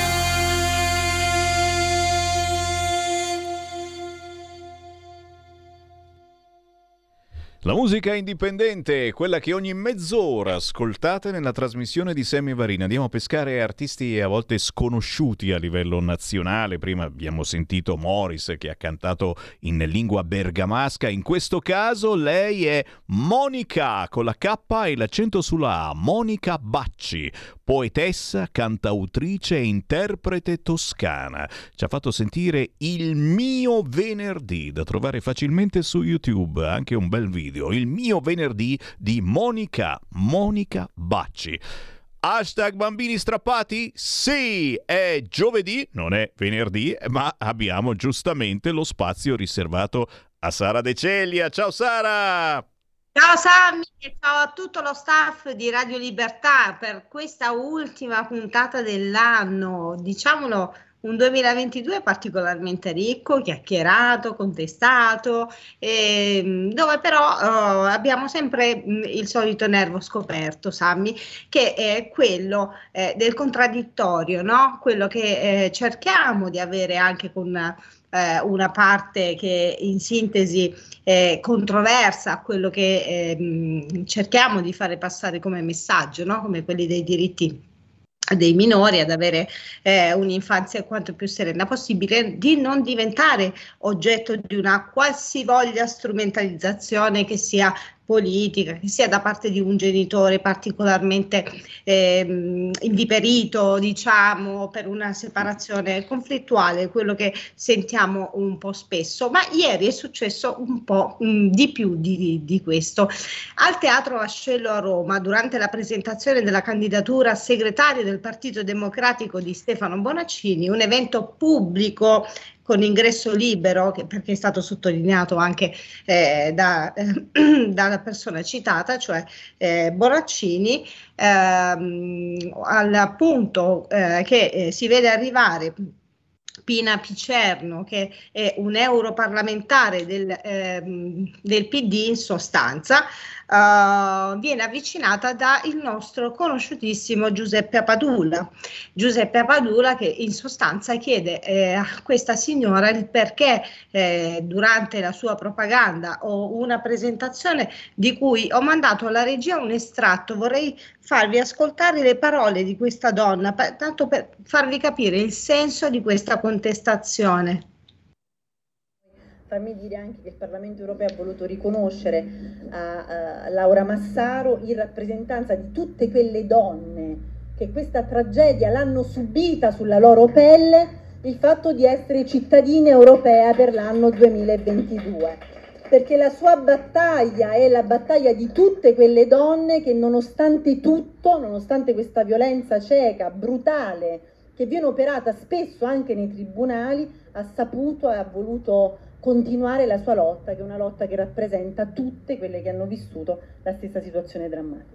La musica indipendente, quella che ogni mezz'ora ascoltate nella trasmissione di Sammy Varin. Andiamo a pescare artisti a volte sconosciuti a livello nazionale. Prima abbiamo sentito Morris che ha cantato in lingua bergamasca. In questo caso lei è Monica, con la K e l'accento sulla A. Monica Bacci, poetessa, cantautrice e interprete toscana. Ci ha fatto sentire Il mio venerdì, da trovare facilmente su YouTube, anche un bel video. Il mio venerdì di Monica Bacci. Hashtag bambini strappati? Sì, è giovedì, non è venerdì, ma abbiamo giustamente lo spazio riservato a Sara De Celia. Ciao Sara! Ciao Sammy e ciao a tutto lo staff di Radio Libertà per questa ultima puntata dell'anno, diciamolo, un 2022 particolarmente ricco, chiacchierato, contestato, dove però abbiamo sempre il solito nervo scoperto, Sammy, che è quello del contraddittorio, no? Quello che cerchiamo di avere anche con una parte che in sintesi controversa a quello che cerchiamo di fare passare come messaggio, no? Come quelli dei diritti dei minori ad avere un'infanzia quanto più serena possibile, di non diventare oggetto di una qualsivoglia strumentalizzazione che sia politica, che sia da parte di un genitore particolarmente inviperito, diciamo, per una separazione conflittuale, quello che sentiamo un po' spesso, ma ieri è successo un po' di più di questo. Al Teatro Vascello a Roma, durante la presentazione della candidatura a segretario del Partito Democratico di Stefano Bonaccini, un evento pubblico con ingresso libero, perché è stato sottolineato anche dalla persona citata, cioè Bonaccini, al punto che si vede arrivare Pina Picerno, che è un europarlamentare del PD in sostanza, viene avvicinata dal nostro conosciutissimo Giuseppe Apadula. Giuseppe Apadula che in sostanza chiede a questa signora il perché durante la sua propaganda o una presentazione di cui ho mandato alla regia un estratto, vorrei farvi ascoltare le parole di questa donna, tanto per farvi capire il senso di questa contestazione. Farmi dire anche che il Parlamento europeo ha voluto riconoscere a Laura Massaro, in rappresentanza di tutte quelle donne che questa tragedia l'hanno subita sulla loro pelle, il fatto di essere cittadina europea per l'anno 2022. Perché la sua battaglia è la battaglia di tutte quelle donne che nonostante tutto, nonostante questa violenza cieca, brutale, che viene operata spesso anche nei tribunali, ha saputo e ha voluto continuare la sua lotta, che è una lotta che rappresenta tutte quelle che hanno vissuto la stessa situazione drammatica.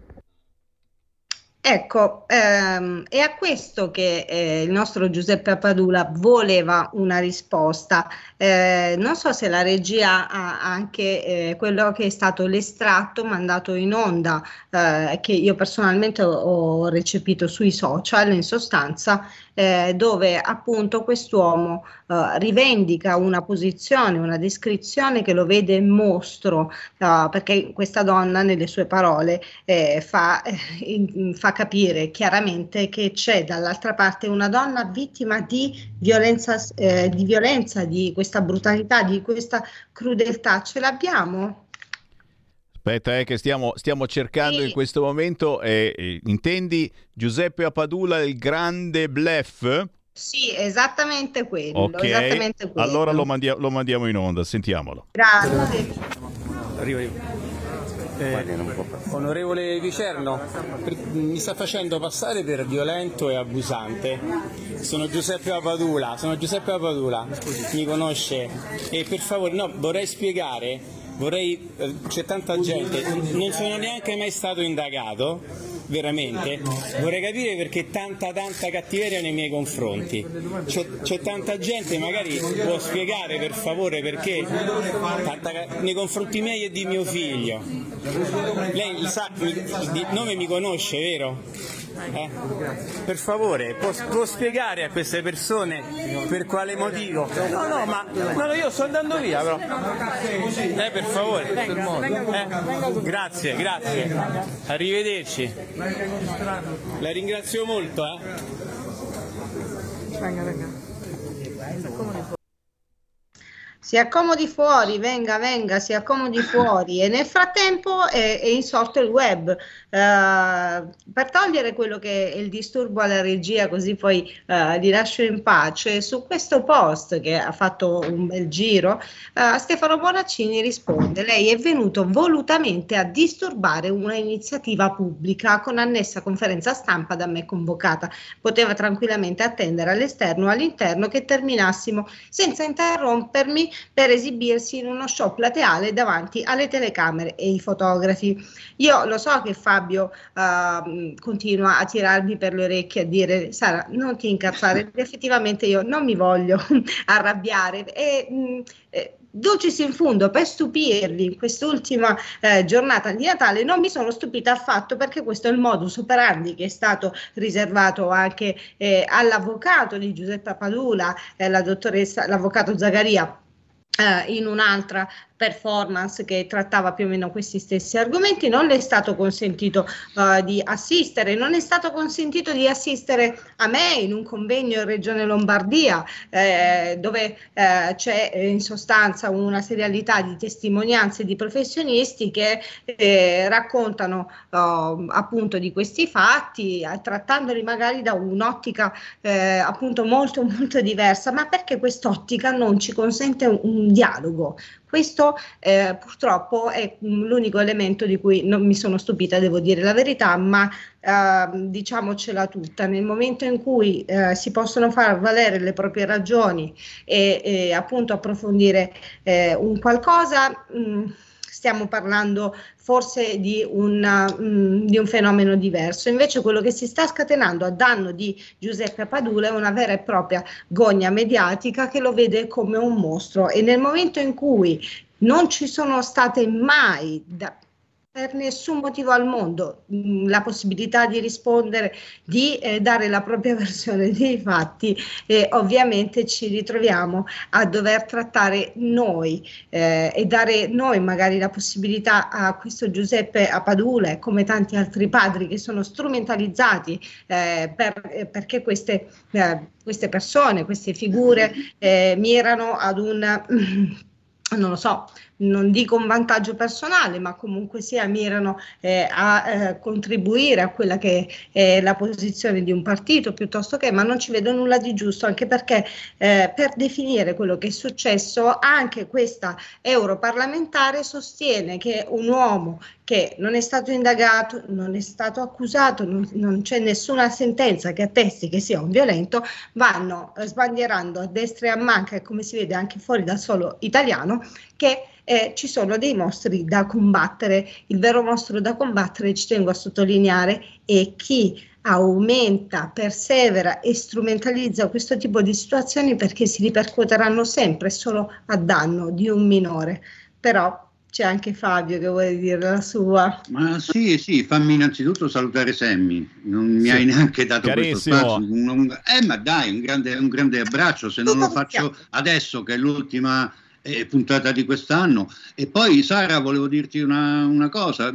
Ecco, è a questo che il nostro Giuseppe Apadula voleva una risposta. Non so se la regia ha anche quello che è stato l'estratto mandato in onda, che io personalmente ho recepito sui social, in sostanza, dove appunto quest'uomo rivendica una posizione, una descrizione che lo vede mostro, perché questa donna nelle sue parole fa capire chiaramente che c'è dall'altra parte una donna vittima di violenza, di questa brutalità, di questa crudeltà. Ce l'abbiamo? Aspetta, che stiamo cercando in questo momento. Intendi Giuseppe Apadula, il grande bluff? Sì, esattamente quello. Ok, esattamente quello. Allora lo mandiamo in onda, sentiamolo. Grazie. Arrivo. Onorevole Picerno, mi sta facendo passare per violento e abusante. Sono Giuseppe Apadula, mi conosce? E per favore, no, vorrei spiegare, c'è tanta gente, non sono neanche mai stato indagato, veramente, vorrei capire perché tanta cattiveria nei miei confronti. C'è tanta gente, magari può spiegare per favore perché nei confronti miei e di mio figlio. Lei sa, di nome mi conosce, vero? Per favore, può spiegare a queste persone per quale motivo? No, io sto andando via, però. Per favore. Grazie. Arrivederci. La ringrazio molto, Venga. Si accomodi fuori, venga, si accomodi fuori. E nel frattempo è insorto il web. Per togliere quello che è il disturbo alla regia, così poi li lascio in pace, su questo post che ha fatto un bel giro, Stefano Bonaccini risponde: lei è venuto volutamente a disturbare una iniziativa pubblica con annessa conferenza stampa da me convocata. Poteva tranquillamente attendere all'esterno o all'interno che terminassimo senza interrompermi per esibirsi in uno show plateale davanti alle telecamere e i fotografi. Io lo so che Fabio continua a tirarmi per le orecchie, a dire: Sara, non ti incazzare, effettivamente io non mi voglio arrabbiare e dulcis in fundo, per stupirvi in quest'ultima giornata di Natale non mi sono stupita affatto, perché questo è il modus operandi che è stato riservato anche all'avvocato di Giuseppe Apadula, l'avvocato Zagaria, in un'altra performance che trattava più o meno questi stessi argomenti. Non le è stato consentito di assistere, non è stato consentito di assistere a me in un convegno in Regione Lombardia dove c'è in sostanza una serialità di testimonianze di professionisti che raccontano appunto di questi fatti, trattandoli magari da un'ottica appunto molto molto diversa, ma perché quest'ottica non ci consente un dialogo. Questo purtroppo è l'unico elemento di cui non mi sono stupita, devo dire la verità, ma diciamocela tutta, nel momento in cui si possono far valere le proprie ragioni e appunto approfondire un qualcosa, stiamo parlando forse di un fenomeno diverso. Invece quello che si sta scatenando a danno di Giuseppe Padula è una vera e propria gogna mediatica che lo vede come un mostro, e nel momento in cui non ci sono state mai per nessun motivo al mondo la possibilità di rispondere, di dare la propria versione dei fatti, ovviamente ci ritroviamo a dover trattare noi e dare noi magari la possibilità a questo Giuseppe Padula, come tanti altri padri che sono strumentalizzati perché queste persone, queste figure mirano ad non lo so, non dico un vantaggio personale, ma comunque sia mirano a contribuire a quella che è la posizione di un partito piuttosto che, ma non ci vedo nulla di giusto, anche perché per definire quello che è successo anche questa europarlamentare sostiene che un uomo che non è stato indagato, non è stato accusato, non c'è nessuna sentenza che attesti che sia un violento, vanno sbandierando a destra e a manca, e come si vede anche fuori dal suolo italiano, che ci sono dei mostri da combattere. Il vero mostro da combattere, ci tengo a sottolineare, è chi aumenta, persevera e strumentalizza questo tipo di situazioni, perché si ripercuoteranno sempre solo a danno di un minore. Però c'è anche Fabio che vuole dire la sua. Ma sì, fammi innanzitutto salutare Sammy, non mi hai neanche dato carissimo. Questo spazio, ma dai, un grande abbraccio, se non lo faccio adesso che è l'ultima puntata di quest'anno. E poi Sara, volevo dirti una cosa,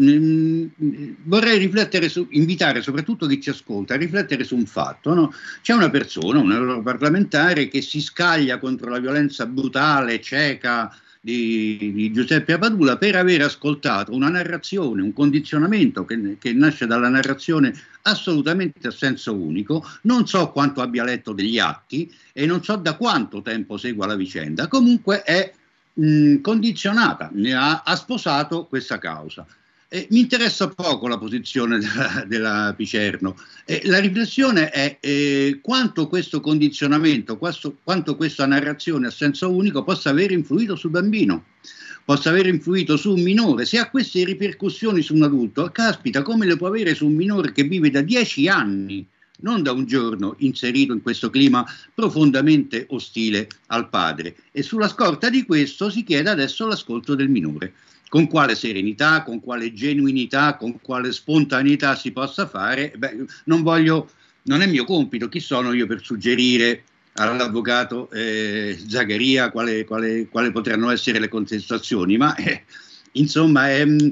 vorrei riflettere invitare soprattutto chi ci ascolta a riflettere su un fatto, no? C'è una persona, un europarlamentare che si scaglia contro la violenza brutale, cieca di Giuseppe Padula per aver ascoltato una narrazione, un condizionamento che nasce dalla narrazione assolutamente a senso unico. Non so quanto abbia letto degli atti e non so da quanto tempo segua la vicenda, comunque è condizionata, ha sposato questa causa. Mi interessa poco la posizione della Picerno. La riflessione è quanto questo condizionamento, quanto questa narrazione a senso unico possa aver influito sul bambino, possa aver influito su un minore. Se ha queste ripercussioni su un adulto, caspita, come le può avere su un minore che vive da 10 anni, non da un giorno, inserito in questo clima profondamente ostile al padre. E sulla scorta di questo si chiede adesso l'ascolto del minore. Con quale serenità, con quale genuinità, con quale spontaneità si possa fare, non è mio compito, chi sono io per suggerire all'avvocato Zagaria quale potranno essere le contestazioni, ma insomma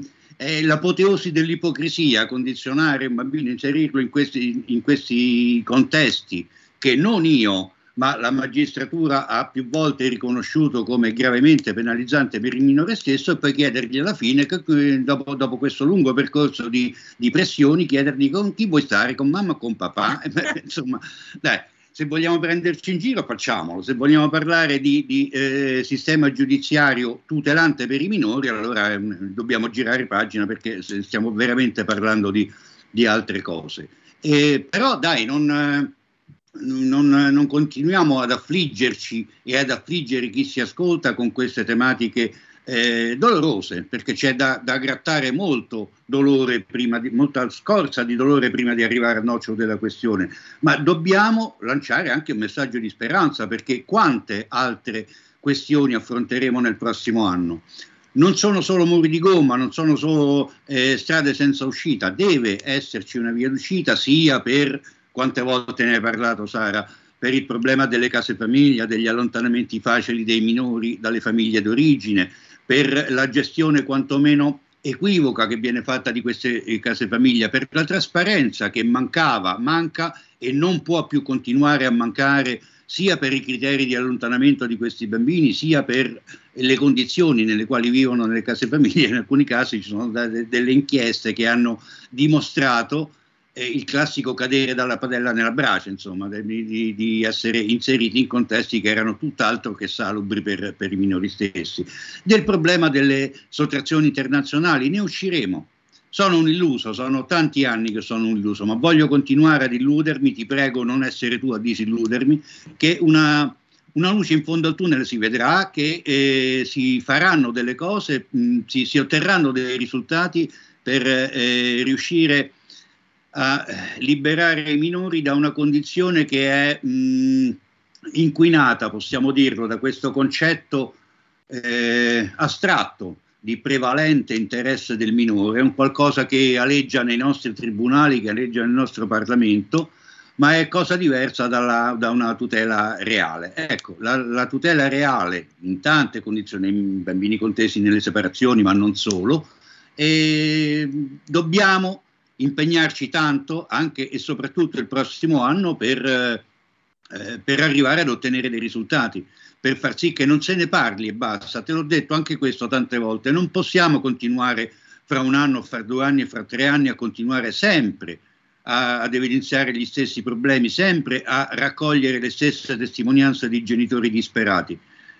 è l'apoteosi dell'ipocrisia condizionare un bambino, inserirlo in questi contesti che non io, ma la magistratura ha più volte riconosciuto come gravemente penalizzante per il minore stesso, e poi chiedergli alla fine, dopo questo lungo percorso di pressioni, chiedergli con chi vuoi stare, con mamma o con papà. Insomma, dai, se vogliamo prenderci in giro facciamolo, se vogliamo parlare di sistema giudiziario tutelante per i minori, allora dobbiamo girare pagina, perché stiamo veramente parlando di altre cose. Però dai, non continuiamo ad affliggerci e ad affliggere chi si ascolta con queste tematiche dolorose, perché c'è da grattare molto dolore molta scorza di dolore prima di arrivare al nocciolo della questione, ma dobbiamo lanciare anche un messaggio di speranza, perché quante altre questioni affronteremo nel prossimo anno? Non sono solo muri di gomma, non sono solo strade senza uscita, deve esserci una via d'uscita, sia per, quante volte ne hai parlato Sara, per il problema delle case famiglia, degli allontanamenti facili dei minori dalle famiglie d'origine, per la gestione quantomeno equivoca che viene fatta di queste case famiglia, per la trasparenza che manca e non può più continuare a mancare, sia per i criteri di allontanamento di questi bambini, sia per le condizioni nelle quali vivono nelle case famiglie. In alcuni casi ci sono delle inchieste che hanno dimostrato il classico cadere dalla padella nella brace, insomma, di essere inseriti in contesti che erano tutt'altro che salubri per i minori stessi. Del problema delle sottrazioni internazionali ne usciremo. Sono un illuso, sono tanti anni che sono un illuso, ma voglio continuare ad illudermi, ti prego non essere tu a disilludermi, che una luce in fondo al tunnel si vedrà, che si faranno delle cose, si otterranno dei risultati per riuscire a liberare i minori da una condizione che è inquinata, possiamo dirlo, da questo concetto astratto di prevalente interesse del minore, è un qualcosa che aleggia nei nostri tribunali, che aleggia nel nostro Parlamento, ma è cosa diversa da una tutela reale. Ecco, la tutela reale in tante condizioni, i bambini contesi nelle separazioni, ma non solo, e dobbiamo impegnarci tanto anche e soprattutto il prossimo anno per arrivare ad ottenere dei risultati, per far sì che non se ne parli e basta. Te l'ho detto anche questo tante volte, non possiamo continuare fra un anno, fra 2 anni e fra 3 anni a continuare sempre ad evidenziare gli stessi problemi, sempre a raccogliere le stesse testimonianze di genitori disperati.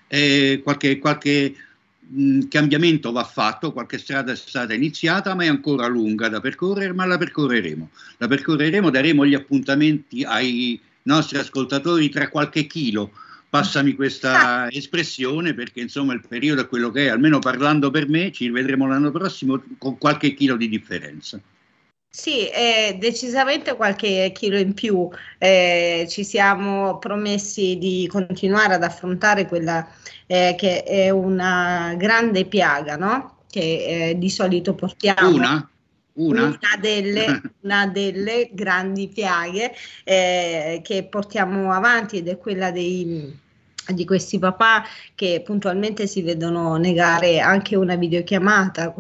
Qualche cambiamento va fatto, qualche strada è stata iniziata, ma è ancora lunga da percorrere, ma la percorreremo, daremo gli appuntamenti ai nostri ascoltatori tra qualche chilo, passami questa espressione, perché insomma il periodo è quello che è, almeno parlando per me, ci rivedremo l'anno prossimo con qualche chilo di differenza. Sì, decisamente qualche chilo in più. Ci siamo promessi di continuare ad affrontare quella che è una grande piaga, no? Che di solito portiamo. Una delle grandi piaghe che portiamo avanti, ed è quella di questi papà che puntualmente si vedono negare anche una videochiamata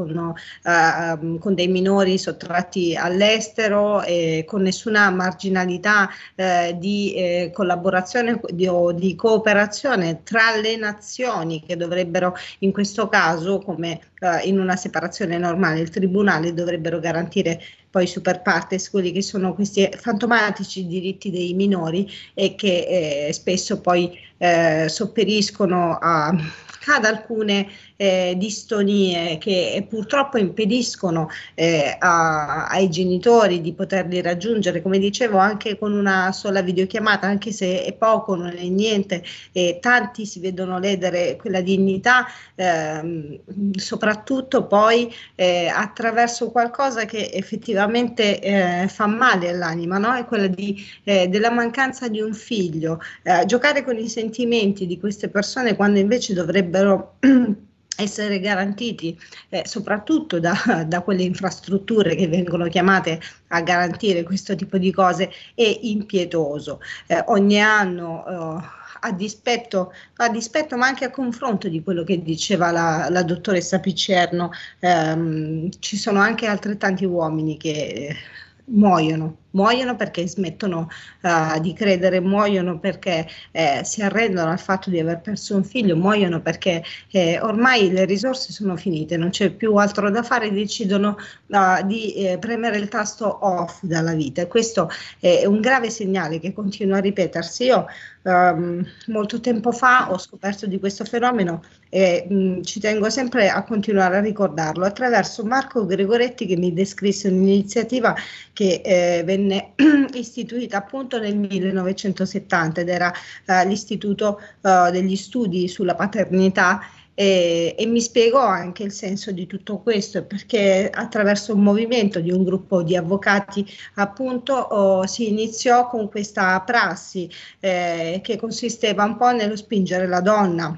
con dei minori sottratti all'estero, con nessuna marginalità di collaborazione o di cooperazione tra le nazioni, che dovrebbero, in questo caso come in una separazione normale, il tribunale dovrebbero garantire poi super partes quelli che sono questi fantomatici diritti dei minori, e che spesso poi sopperiscono ad alcune distonie che purtroppo impediscono ai genitori di poterli raggiungere, come dicevo, anche con una sola videochiamata, anche se è poco, non è niente, tanti si vedono ledere quella dignità, soprattutto poi attraverso qualcosa che effettivamente fa male all'anima, no? È quella della mancanza di un figlio, giocare con i sentimenti di queste persone quando invece dovrebbero essere garantiti soprattutto da quelle infrastrutture che vengono chiamate a garantire questo tipo di cose, è impietoso. Ogni anno a dispetto ma anche a confronto di quello che diceva la dottoressa Piccerno, ci sono anche altrettanti uomini che muoiono perché smettono di credere, muoiono perché si arrendono al fatto di aver perso un figlio, muoiono perché ormai le risorse sono finite, non c'è più altro da fare, decidono di premere il tasto off dalla vita, e questo è un grave segnale che continua a ripetersi. Io molto tempo fa ho scoperto di questo fenomeno e ci tengo sempre a continuare a ricordarlo attraverso Marco Gregoretti, che mi descrisse un'iniziativa che venne istituita appunto nel 1970 ed era l'Istituto degli Studi sulla Paternità, e mi spiegò anche il senso di tutto questo, perché attraverso un movimento di un gruppo di avvocati appunto si iniziò con questa prassi che consisteva un po' nello spingere la donna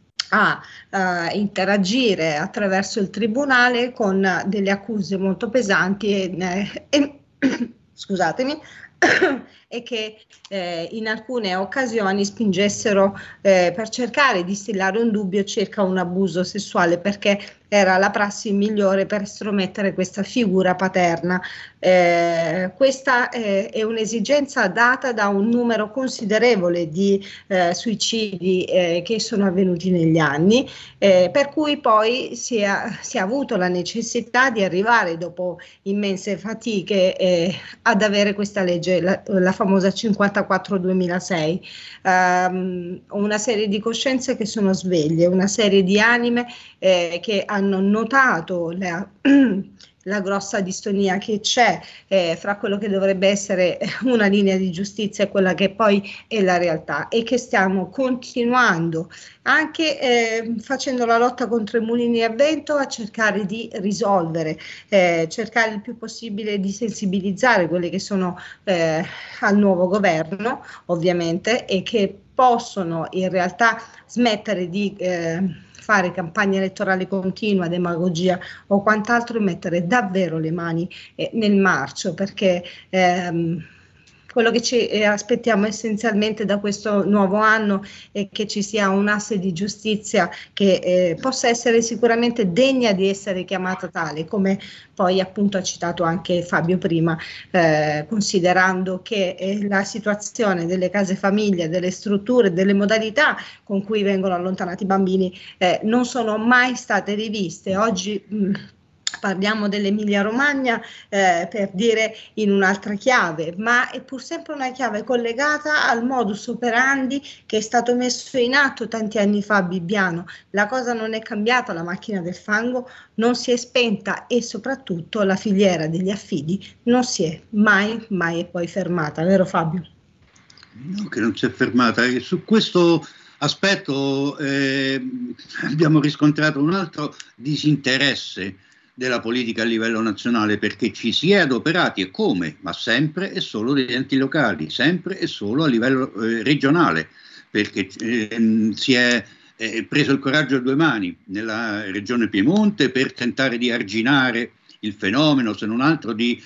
a interagire attraverso il tribunale con delle accuse molto pesanti scusatemi, e che in alcune occasioni spingessero per cercare di instillare un dubbio circa un abuso sessuale, perché era la prassi migliore per estromettere questa figura paterna. Questa è un'esigenza data da un numero considerevole di suicidi che sono avvenuti negli anni, per cui poi si è avuto la necessità di arrivare dopo immense fatiche ad avere questa legge, la famosa 54/2006, una serie di coscienze che sono sveglie, una serie di anime che hanno notato la grossa distonia che c'è fra quello che dovrebbe essere una linea di giustizia e quella che poi è la realtà, e che stiamo continuando anche facendo la lotta contro i mulini a vento a cercare di risolvere, cercare il più possibile di sensibilizzare quelli che sono al nuovo governo, ovviamente, e che possono in realtà smettere di fare campagna elettorale continua, demagogia o quant'altro, e mettere davvero le mani nel marcio, perché quello che ci aspettiamo essenzialmente da questo nuovo anno è che ci sia un asse di giustizia che possa essere sicuramente degna di essere chiamata tale, come poi appunto ha citato anche Fabio prima, considerando che la situazione delle case famiglia, delle strutture, delle modalità con cui vengono allontanati i bambini non sono mai state riviste. Oggi parliamo dell'Emilia Romagna per dire in un'altra chiave, ma è pur sempre una chiave collegata al modus operandi che è stato messo in atto tanti anni fa a Bibbiano. La cosa non è cambiata, la macchina del fango non si è spenta, e soprattutto la filiera degli affidi non si è mai e poi fermata, vero Fabio? No, che non si è fermata. E su questo aspetto abbiamo riscontrato un altro disinteresse della politica a livello nazionale, perché ci si è adoperati, e come? Ma sempre e solo degli enti locali, sempre e solo a livello regionale, perché si è preso il coraggio a due mani nella regione Piemonte per tentare di arginare il fenomeno, se non altro di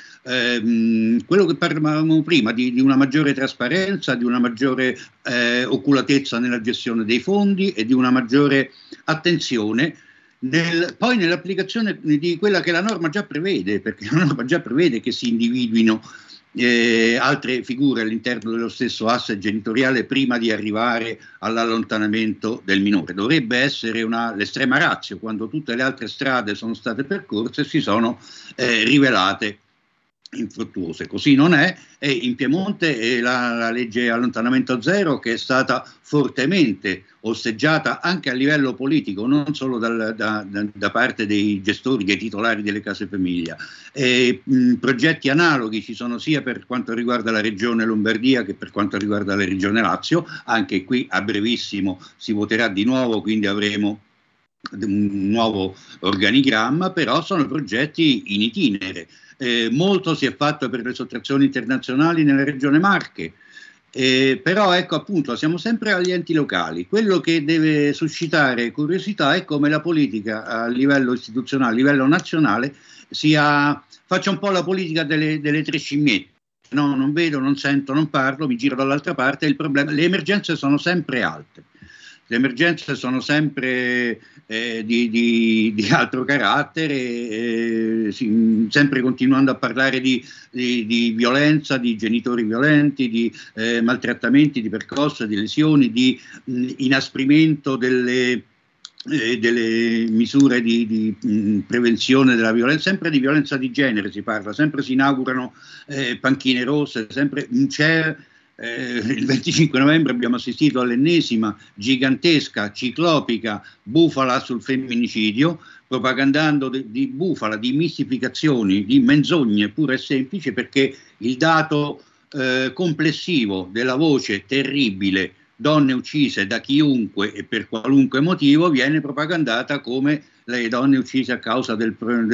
quello che parlavamo prima, di una maggiore trasparenza, di una maggiore oculatezza nella gestione dei fondi e di una maggiore attenzione poi nell'applicazione di quella che la norma già prevede, perché la norma già prevede che si individuino altre figure all'interno dello stesso asse genitoriale prima di arrivare all'allontanamento del minore. Dovrebbe essere l'estrema ratio, quando tutte le altre strade sono state percorse e si sono rivelate infruttuose. Così non è, e in Piemonte è la legge allontanamento zero, che è stata fortemente osteggiata anche a livello politico, non solo da parte dei gestori, dei titolari delle case famiglia. Progetti analoghi ci sono sia per quanto riguarda la regione Lombardia che per quanto riguarda la regione Lazio. Anche qui a brevissimo si voterà di nuovo, quindi avremo un nuovo organigramma, però sono progetti in itinere. Molto si è fatto per le sottrazioni internazionali nella regione Marche, però ecco, appunto, siamo sempre agli enti locali. Quello che deve suscitare curiosità è come la politica a livello istituzionale, a livello nazionale, faccia un po' la politica delle tre scimmiette. No, non vedo, non sento, non parlo, mi giro dall'altra parte. Il problema, le emergenze sono sempre alte. Le emergenze sono sempre di altro carattere, sempre continuando a parlare di violenza, di genitori violenti, di maltrattamenti, di percosse, di lesioni, di inasprimento delle misure di prevenzione della violenza, sempre di violenza di genere si parla, sempre si inaugurano panchine rosse, sempre c'è. Il 25 novembre abbiamo assistito all'ennesima gigantesca, ciclopica bufala sul femminicidio, propagandando di bufala, di mistificazioni, di menzogne pure e semplici, perché il dato complessivo della voce terribile donne uccise da chiunque e per qualunque motivo viene propagandata come le donne uccise a causa del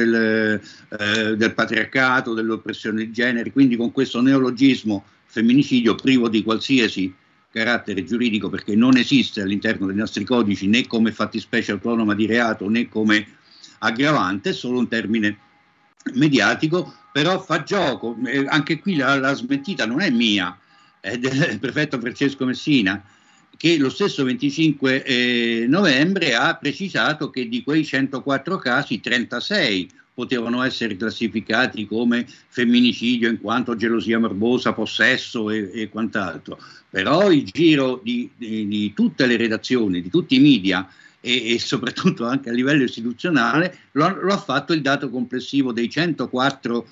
patriarcato, dell'oppressione di genere, quindi con questo neologismo femminicidio privo di qualsiasi carattere giuridico, perché non esiste all'interno dei nostri codici né come fattispecie autonoma di reato né come aggravante, è solo un termine mediatico, però fa gioco, anche qui la smentita non è mia, è del prefetto Francesco Messina, che lo stesso 25 novembre ha precisato che di quei 104 casi 36 potevano essere classificati come femminicidio in quanto gelosia morbosa, possesso e quant'altro. Però il giro di tutte le redazioni, di tutti i media e soprattutto anche a livello istituzionale lo ha fatto il dato complessivo dei 104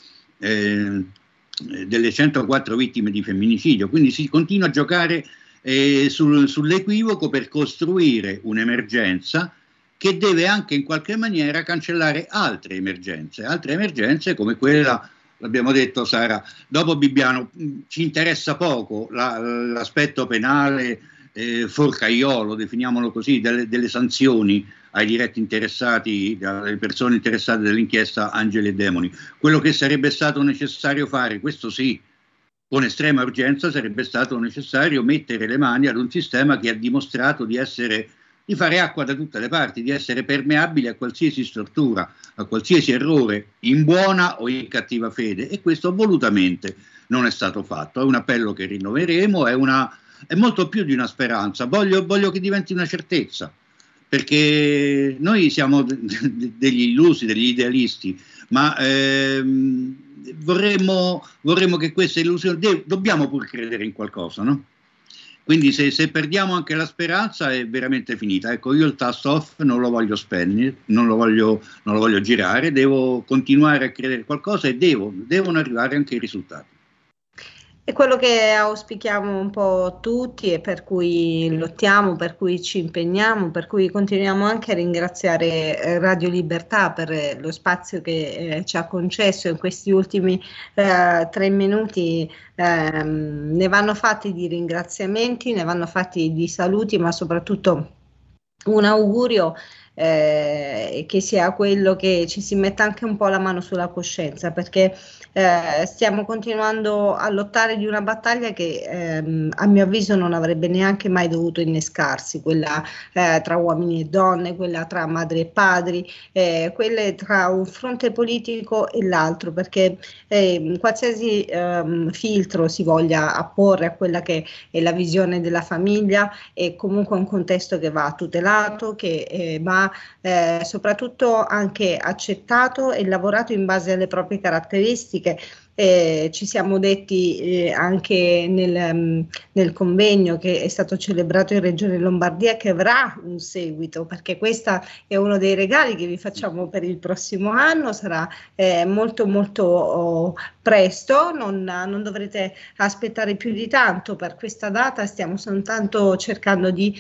delle 104 vittime di femminicidio. Quindi si continua a giocare sull'equivoco per costruire un'emergenza che deve anche in qualche maniera cancellare altre emergenze come quella, l'abbiamo detto Sara, dopo Bibbiano ci interessa poco l'aspetto penale forcaiolo, definiamolo così, delle sanzioni ai diretti interessati, alle persone interessate dall'inchiesta Angeli e Demoni. Quello che sarebbe stato necessario fare, questo sì, con estrema urgenza, sarebbe stato necessario mettere le mani ad un sistema che ha dimostrato di fare acqua da tutte le parti, di essere permeabile a qualsiasi stortura, a qualsiasi errore, in buona o in cattiva fede, e questo volutamente non è stato fatto. È un appello che rinnoveremo, è molto più di una speranza, voglio che diventi una certezza, perché noi siamo degli illusi, degli idealisti, ma vorremmo che questa illusione, dobbiamo pur credere in qualcosa, no? Quindi se perdiamo anche la speranza è veramente finita. Ecco, io il tasto off non lo voglio spegnere, non lo voglio girare, devo continuare a credere in qualcosa e devono arrivare anche i risultati. È quello che auspichiamo un po' tutti e per cui lottiamo, per cui ci impegniamo, per cui continuiamo anche a ringraziare Radio Libertà per lo spazio che ci ha concesso in questi ultimi 3 minuti. Ne vanno fatti di ringraziamenti, ne vanno fatti di saluti, ma soprattutto un augurio che sia quello che ci si metta anche un po' la mano sulla coscienza, perché stiamo continuando a lottare di una battaglia che a mio avviso non avrebbe neanche mai dovuto innescarsi, quella tra uomini e donne, quella tra madri e padri, quelle tra un fronte politico e l'altro, perché qualsiasi filtro si voglia apporre a quella che è la visione della famiglia è comunque un contesto che va tutelato, che va soprattutto anche accettato e lavorato in base alle proprie caratteristiche. Ci siamo detti anche nel convegno che è stato celebrato in Regione Lombardia che avrà un seguito, perché questo è uno dei regali che vi facciamo per il prossimo anno, sarà molto molto presto, non dovrete aspettare più di tanto per questa data, stiamo soltanto cercando di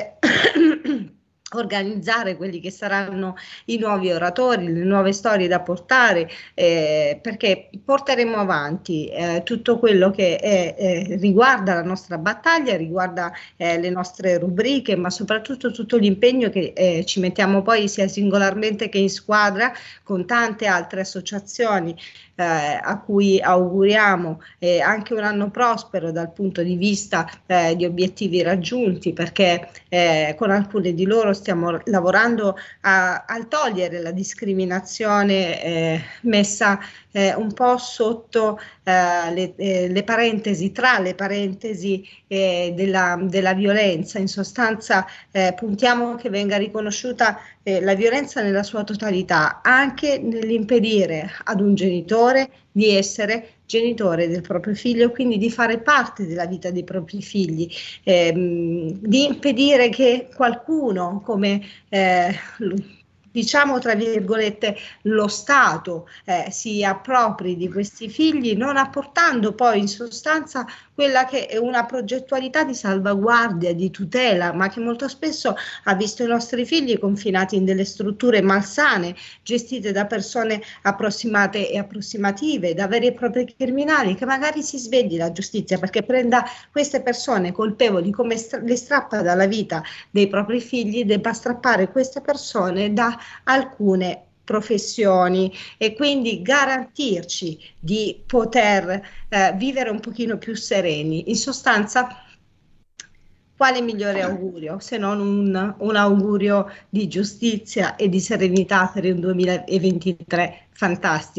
organizzare quelli che saranno i nuovi oratori, le nuove storie da portare, perché porteremo avanti tutto quello che riguarda la nostra battaglia, riguarda le nostre rubriche, ma soprattutto tutto l'impegno che ci mettiamo poi sia singolarmente che in squadra con tante altre associazioni a cui auguriamo anche un anno prospero dal punto di vista di obiettivi raggiunti, perché con alcune di loro stiamo lavorando al togliere la discriminazione messa un po' sotto le parentesi, tra le parentesi della violenza. In sostanza puntiamo che venga riconosciuta la violenza nella sua totalità, anche nell'impedire ad un genitore di essere genitore del proprio figlio, quindi di fare parte della vita dei propri figli, di impedire che qualcuno come diciamo tra virgolette lo Stato si appropri di questi figli, non apportando poi in sostanza quella che è una progettualità di salvaguardia, di tutela, ma che molto spesso ha visto i nostri figli confinati in delle strutture malsane, gestite da persone approssimate e approssimative, da veri e propri criminali, che magari si svegli la giustizia perché prenda queste persone colpevoli come le strappa dalla vita dei propri figli, debba strappare queste persone da alcune professioni e quindi garantirci di poter vivere un pochino più sereni. In sostanza, quale migliore augurio se non un augurio di giustizia e di serenità per il 2023 fantastico.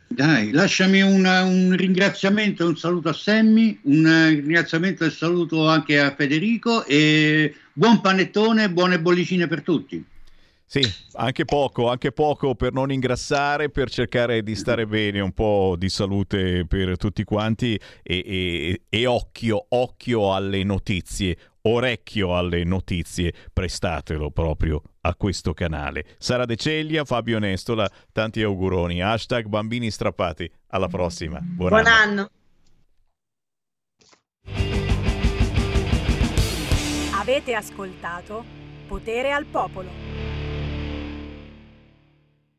Dai, lasciami un ringraziamento e un saluto a Sammy, un ringraziamento e saluto anche a Federico e buon panettone, buone bollicine per tutti. Sì, anche poco per non ingrassare, per cercare di stare bene, un po' di salute per tutti quanti e occhio alle notizie, orecchio alle notizie, prestatelo proprio a questo canale. Sara De Ceglia, Fabio Nestola, tanti auguroni, #bambini strappati, alla prossima, buon anno. Avete ascoltato Potere al Popolo.